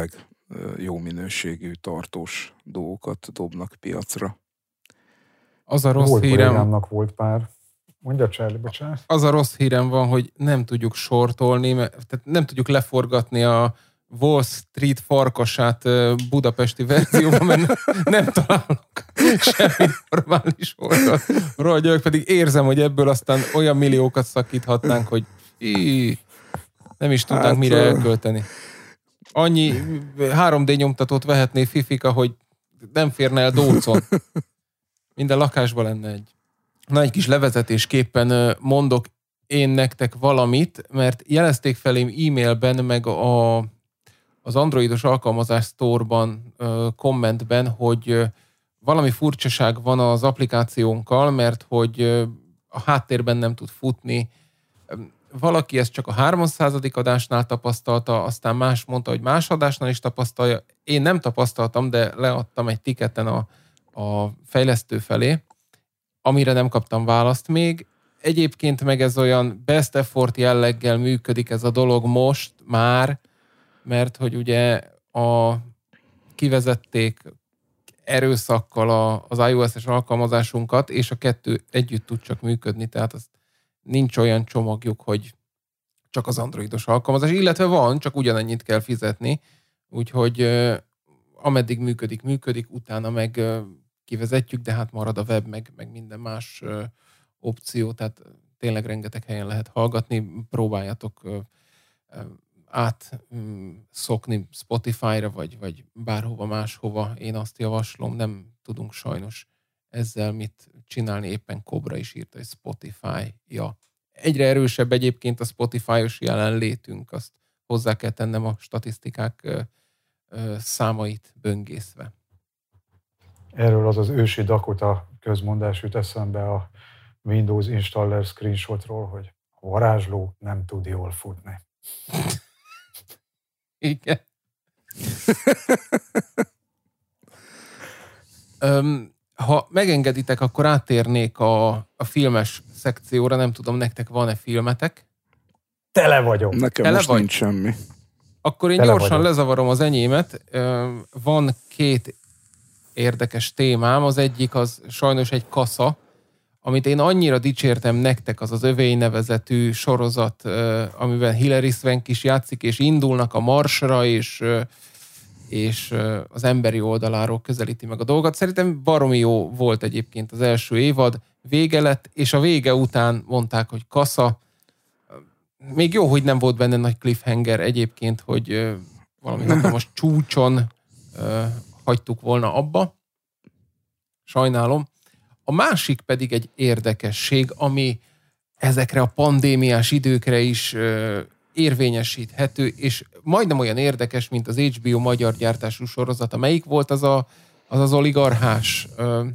jó minőségű, tartós dolgokat dobnak piacra. Az a rossz volt hírem... kollégámnak volt pár. Mondja, Charlie, bocsánat. Az a rossz hírem van, hogy nem tudjuk sortolni, tehát nem tudjuk leforgatni a Wall Street farkasát budapesti verzióban, mert nem találok semmi normális oldalt. Rohagyok, pedig érzem, hogy ebből aztán olyan milliókat szakíthatnánk, hogy nem is tudnánk mire elkölteni. Annyi 3D nyomtatót vehetné Fifika, hogy nem férne el Dócon. Minden lakásban lenne egy. Na, egy kis levezetésképpen mondok én nektek valamit, mert jelezték felém e-mailben, meg az androidos alkalmazás store-ban, kommentben, hogy valami furcsaság van az applikációnkkal, mert hogy a háttérben nem tud futni. Valaki ezt csak a 300. adásnál tapasztalta, aztán más mondta, hogy más adásnál is tapasztalja. Én nem tapasztaltam, de leadtam egy tiketen a fejlesztő felé, amire nem kaptam választ még. Egyébként meg ez olyan best effort jelleggel működik ez a dolog most már, mert hogy ugye kivezették erőszakkal az iOS-es alkalmazásunkat, és a kettő együtt tud csak működni, tehát az nincs olyan csomagjuk, hogy csak az androidos alkalmazás, illetve van, csak ugyanennyit kell fizetni, úgyhogy ameddig működik, utána meg kivezetjük, de hát marad a web, meg minden más opció, tehát tényleg rengeteg helyen lehet hallgatni, próbáljatok átszokni Spotify-ra, vagy bárhova máshova, én azt javaslom, nem tudunk sajnos ezzel mit csinálni, éppen Kobra is írta, hogy Spotify-ja. Egyre erősebb egyébként a Spotify-os jelenlétünk, azt hozzá kell tennem a statisztikák számait böngészve. Erről az ősi Dakota közmondás jut eszembe a Windows installer screenshotról, hogy a varázsló nem tud jól futni. Igen. Ha megengeditek, akkor átérnék a filmes szekcióra. Nem tudom, nektek van-e filmetek? Tele vagyok. Nekem most nincs semmi. Akkor én gyorsan lezavarom az enyémet. Van 2 érdekes témám. Az egyik az sajnos egy kasza, amit én annyira dicsértem nektek, az Övény nevezetű sorozat, amiben Hilary Swank is játszik, és indulnak a Marsra, és az emberi oldaláról közelíti meg a dolgot. Szerintem baromi jó volt egyébként az első évad, vége lett, és a vége után mondták, hogy kasza. Még jó, hogy nem volt benne nagy cliffhanger egyébként, hogy valami most csúcson hagytuk volna abba. Sajnálom. A másik pedig egy érdekesség, ami ezekre a pandémiás időkre is érvényesíthető, és majdnem olyan érdekes, mint az HBO magyar gyártású sorozata. Melyik volt az oligarchás?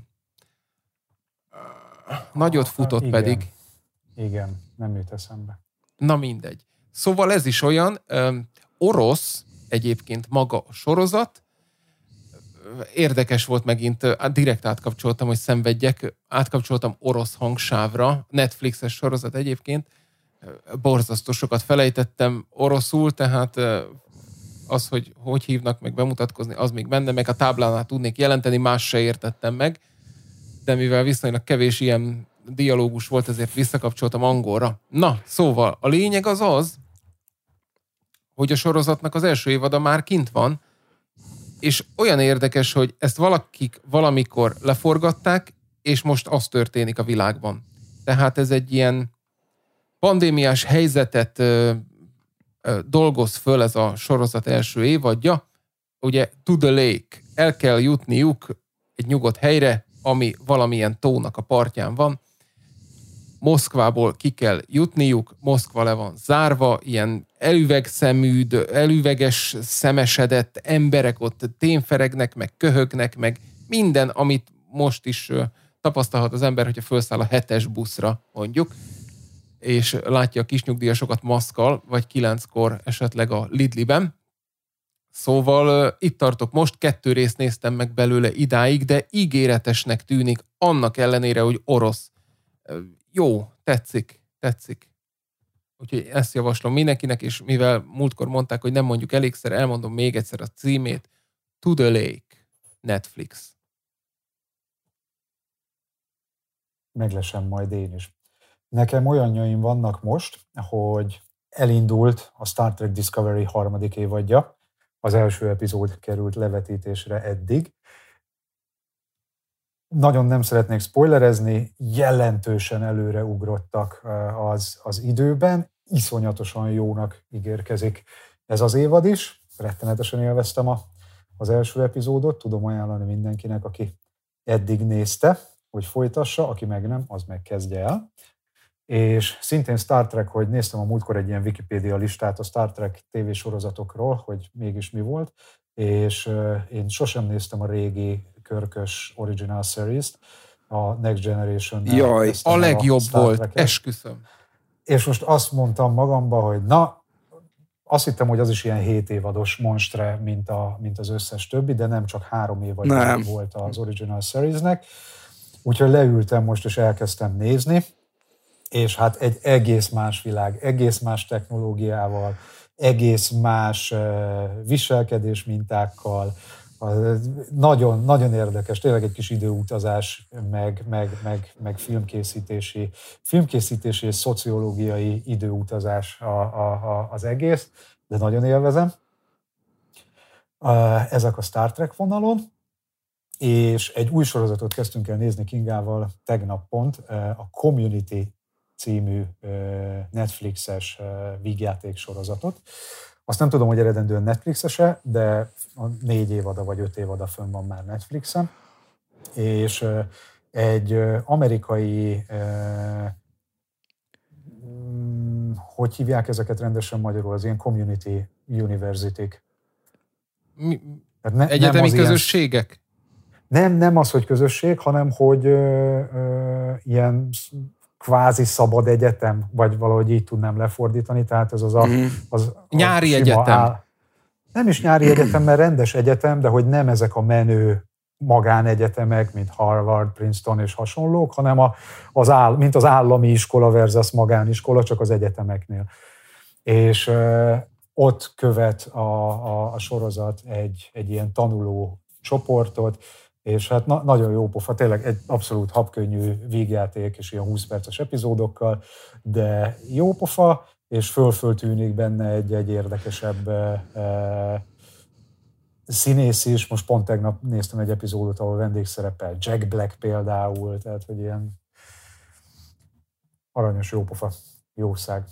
Nagyot futott igen. pedig. Igen, nem jut eszembe. Na mindegy. Szóval ez is olyan, orosz egyébként maga a sorozat, érdekes volt megint, direkt átkapcsoltam, hogy szenvedjek, átkapcsoltam orosz hangsávra, Netflixes sorozat egyébként, borzasztó sokat felejtettem oroszul, tehát az, hogy hívnak meg bemutatkozni, az még benne, meg a táblánál tudnék jelenteni, más se értettem meg, de mivel viszonylag kevés ilyen dialógus volt, ezért visszakapcsoltam angolra. Na, szóval a lényeg az, hogy a sorozatnak az első évada már kint van, és olyan érdekes, hogy ezt valakik valamikor leforgatták, és most az történik a világban. Tehát ez egy ilyen pandémiás helyzetet dolgoz föl ez a sorozat első évadja. Ugye to the lake, el kell jutniuk egy nyugodt helyre, ami valamilyen tónak a partján van. Moszkvából ki kell jutniuk, Moszkva le van zárva, ilyen elüveges szemesedett emberek ott témferegnek, meg köhögnek, meg minden, amit most is tapasztalhat az ember, hogyha felszáll a 7-es buszra, mondjuk, és látja a kisnyugdíjasokat maszkkal, vagy 9-kor esetleg a Lidliben. Szóval itt tartok most, 2 részt néztem meg belőle idáig, de ígéretesnek tűnik, annak ellenére, hogy orosz. Jó, tetszik. Úgyhogy ezt javaslom mindenkinek, és mivel múltkor mondták, hogy nem mondjuk elégszer, elmondom még egyszer a címét. To the Lake, Netflix. Meglesem majd én is. Nekem olyanjaim vannak most, hogy elindult a Star Trek Discovery 3. évadja. Az első epizód került levetítésre eddig. Nagyon nem szeretnék spoilerezni, jelentősen előre ugrottak az időben, iszonyatosan jónak ígérkezik ez az évad is. Rettenetesen élveztem az első epizódot, tudom ajánlani mindenkinek, aki eddig nézte, hogy folytassa, aki meg nem, az meg kezdje el. És szintén Star Trek, hogy néztem a múltkor egy ilyen Wikipédia listát a Star Trek tévésorozatokról, hogy mégis mi volt, és én sosem néztem a régi körkös original series-t, a Next Generation. Jaj, a legjobb volt, esküszöm. És most azt mondtam magamba, hogy azt hittem, hogy az is ilyen 7 évados monstre, mint az összes többi, de nem csak 3 évad volt az original seriesnek. Úgyhogy leültem most, és elkezdtem nézni, és hát egy egész más világ, egész más technológiával, egész más viselkedés mintákkal, nagyon, nagyon érdekes, tényleg egy kis időutazás, meg filmkészítési és szociológiai időutazás az egész, de nagyon élvezem. Ezek a Star Trek vonalon, és egy új sorozatot kezdtünk el nézni Kingával tegnap pont, a Community című Netflixes vígjáték sorozatot. Azt nem tudom, hogy eredendően Netflixes-e, de 4 évada vagy 5 évada fönn van már Netflixen. És egy amerikai, hogy hívják ezeket rendesen magyarul, az ilyen community university-k. Egyetemi közösségek? Nem az, hogy közösség, hanem hogy ilyen kvázi szabad egyetem, vagy valahogy így tudnám lefordítani, tehát ez az nyári egyetem. Nem is nyári egyetem, mert rendes egyetem, de hogy nem ezek a menő magánegyetemek, mint Harvard, Princeton és hasonlók, hanem mint az állami iskola versus magániskola, csak az egyetemeknél. És ott követ a sorozat egy ilyen tanuló csoportot, és hát nagyon jó pofa, tényleg egy abszolút habkönnyű vígjáték, és ilyen 20 perces epizódokkal, de jó pofa, és föl tűnik benne egy érdekesebb színész is. Most pont tegnap néztem egy epizódot, ahol vendégszerepel Jack Black például, tehát hogy ilyen aranyos, jó pofa, jószág.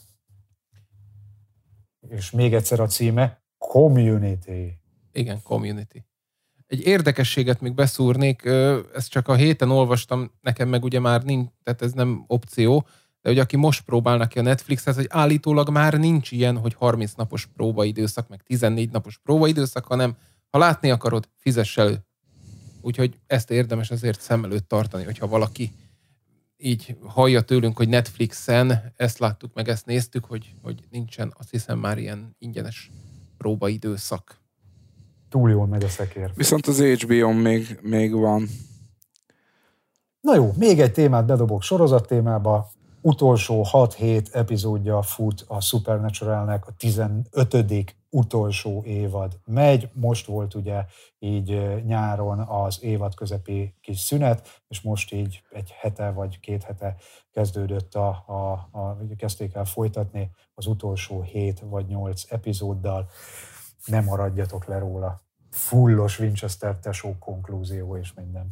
És még egyszer a címe, Community. Igen, Community. Egy érdekességet még beszúrnék, ezt csak a héten olvastam, nekem meg ugye már nincs, tehát ez nem opció, de hogy aki most próbálna ki a Netflixhez, hogy állítólag már nincs ilyen, hogy 30 napos próbaidőszak, meg 14 napos próbaidőszak, hanem ha látni akarod, fizess elő. Úgyhogy ezt érdemes azért szem előtt tartani, hogyha valaki így hallja tőlünk, hogy Netflixen ezt láttuk, meg ezt néztük, hogy nincsen, azt hiszem már ilyen ingyenes próbaidőszak. Túl jól megy a szekér. Viszont az HBO-n még van. Na jó, még egy témát bedobok sorozat témába. Utolsó 6-7 epizódja fut a Supernaturalnek, a 15. utolsó évad megy. Most volt ugye így nyáron az évad közepi kis szünet, és most így egy hete vagy 2 hete kezdődött kezdték el folytatni az utolsó 7 vagy 8 epizóddal. Nem maradjatok le róla. Fullos Winchester tesó konklúzió és minden.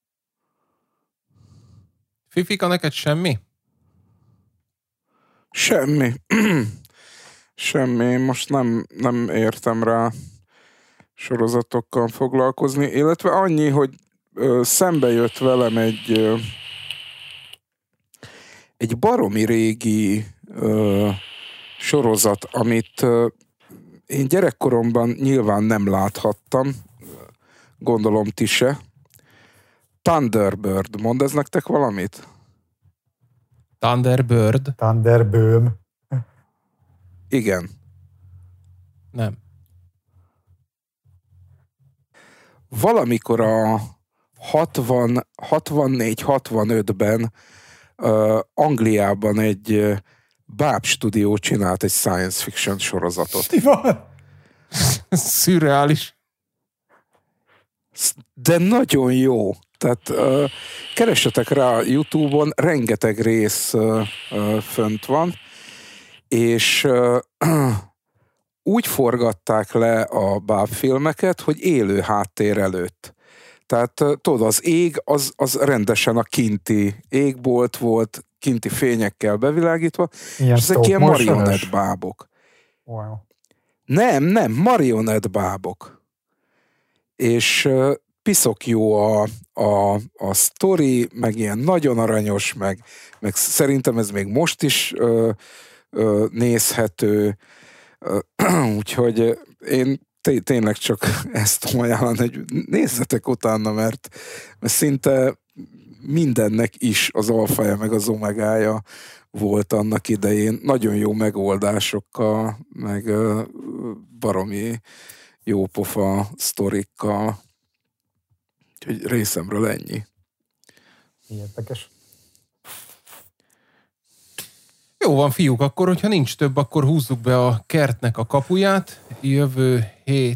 Fifika, neked semmi? Semmi. Most nem értem rá sorozatokkal foglalkozni, illetve annyi, hogy szembe jött velem egy baromi régi sorozat, amit én gyerekkoromban nyilván nem láthattam, gondolom ti se. Thunderbird, mond ez nektek valamit? Thunderbird. Igen. Nem. Valamikor a 64-65-ben Angliában egy Báb Studio csinált egy science fiction sorozatot. Mi van? Szürreális. De nagyon jó. Tehát keressetek rá YouTube-on, rengeteg rész fönt van, és úgy forgatták le a Báb filmeket, hogy élő háttér előtt. Tehát tudod, az ég, az rendesen a kinti égbolt volt, kinti fényekkel bevilágítva, Ilyen és ezek ilyen marionett bábok. Wow. Nem, marionett bábok. És piszok jó a sztori, meg ilyen nagyon aranyos, meg szerintem ez még most is nézhető. Úgyhogy én tényleg csak ezt tudom ajánlani, hogy nézzetek utána, mert szinte mindennek is az alfaja meg az omegája volt annak idején. Nagyon jó megoldásokkal, meg baromi jó pofa sztorikkal. Úgyhogy részemről ennyi. Érdekes. Jó van, fiúk, akkor, hogyha nincs több, akkor húzzuk be a kertnek a kapuját. Jövő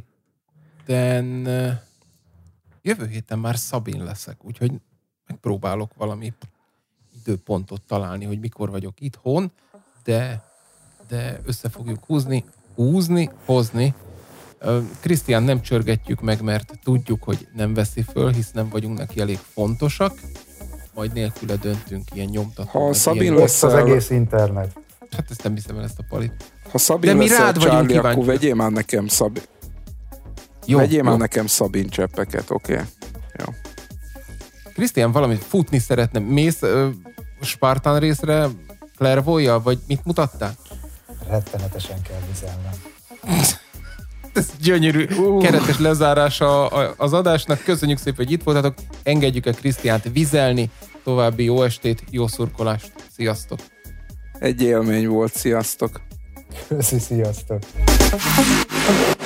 héten már Szabin leszek, úgyhogy megpróbálok valami időpontot találni, hogy mikor vagyok itthon, de össze fogjuk hozni. Krisztián nem csörgetjük meg, mert tudjuk, hogy nem veszi föl, hisz nem vagyunk neki elég fontosak. Majd nélküle döntünk ilyen nyomtató. Ha Szabin lesz az egész internet. Hát ezt nem hiszem el, ezt a palit. Ha Szabin leszel, Charlie, akkor vegyél már nekem Szabin. Vegyél már nekem Szabin cseppeket, oké? Jó. Krisztián valamit futni szeretne. Mész Spartan részre Clairvoyjal, vagy mit mutattál? Rettenetesen kell vizelnem. Ez gyönyörű, keretes lezárása az adásnak. Köszönjük szépen, hogy itt voltatok. Engedjük el Krisztiánt vizelni. További jó estét, jó szurkolást. Sziasztok! Egy élmény volt, sziasztok! Köszi, sziasztok!